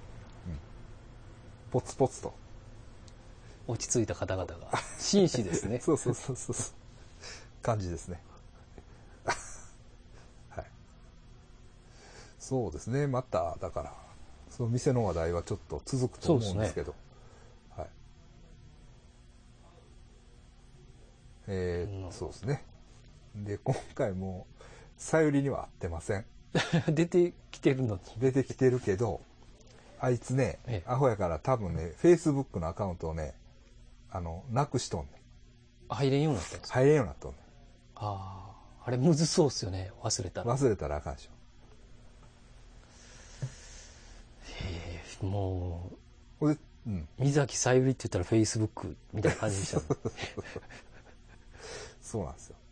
ポツポツと。 落ち着いた方々が。紳士ですね。 そうそうそうそう。感じですね。はい。そうですね。また、だから、その店の話題はちょっと続くと思うんですけど。はい。えー、そうですね。で、今回も、さゆりには会ってません。 出てきてるのに。 出てきてるけど、あいつね、ええ、アホやから多分ね、Facebook のアカウントをね、あの、なくしとんねん。 入れんようになったんですか？ 入れんようになっとんねん。 ああ、あれむずそうっすよね、忘れたら。 忘れたらあかんでしょ。 へえ、もう、うん、 水崎さゆりって言ったら Facebook みたいな感じでしたね。 そうなんですよ。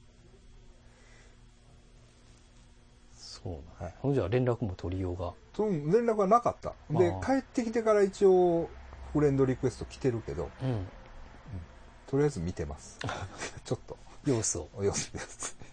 そうなん、はい、ほんじゃ連絡も取りようが。 連絡はなかった。で、帰ってきてから一応、フレンドリクエスト来てるけど、うんうん、とりあえず見てます。ちょっと。 様子を。 様子です。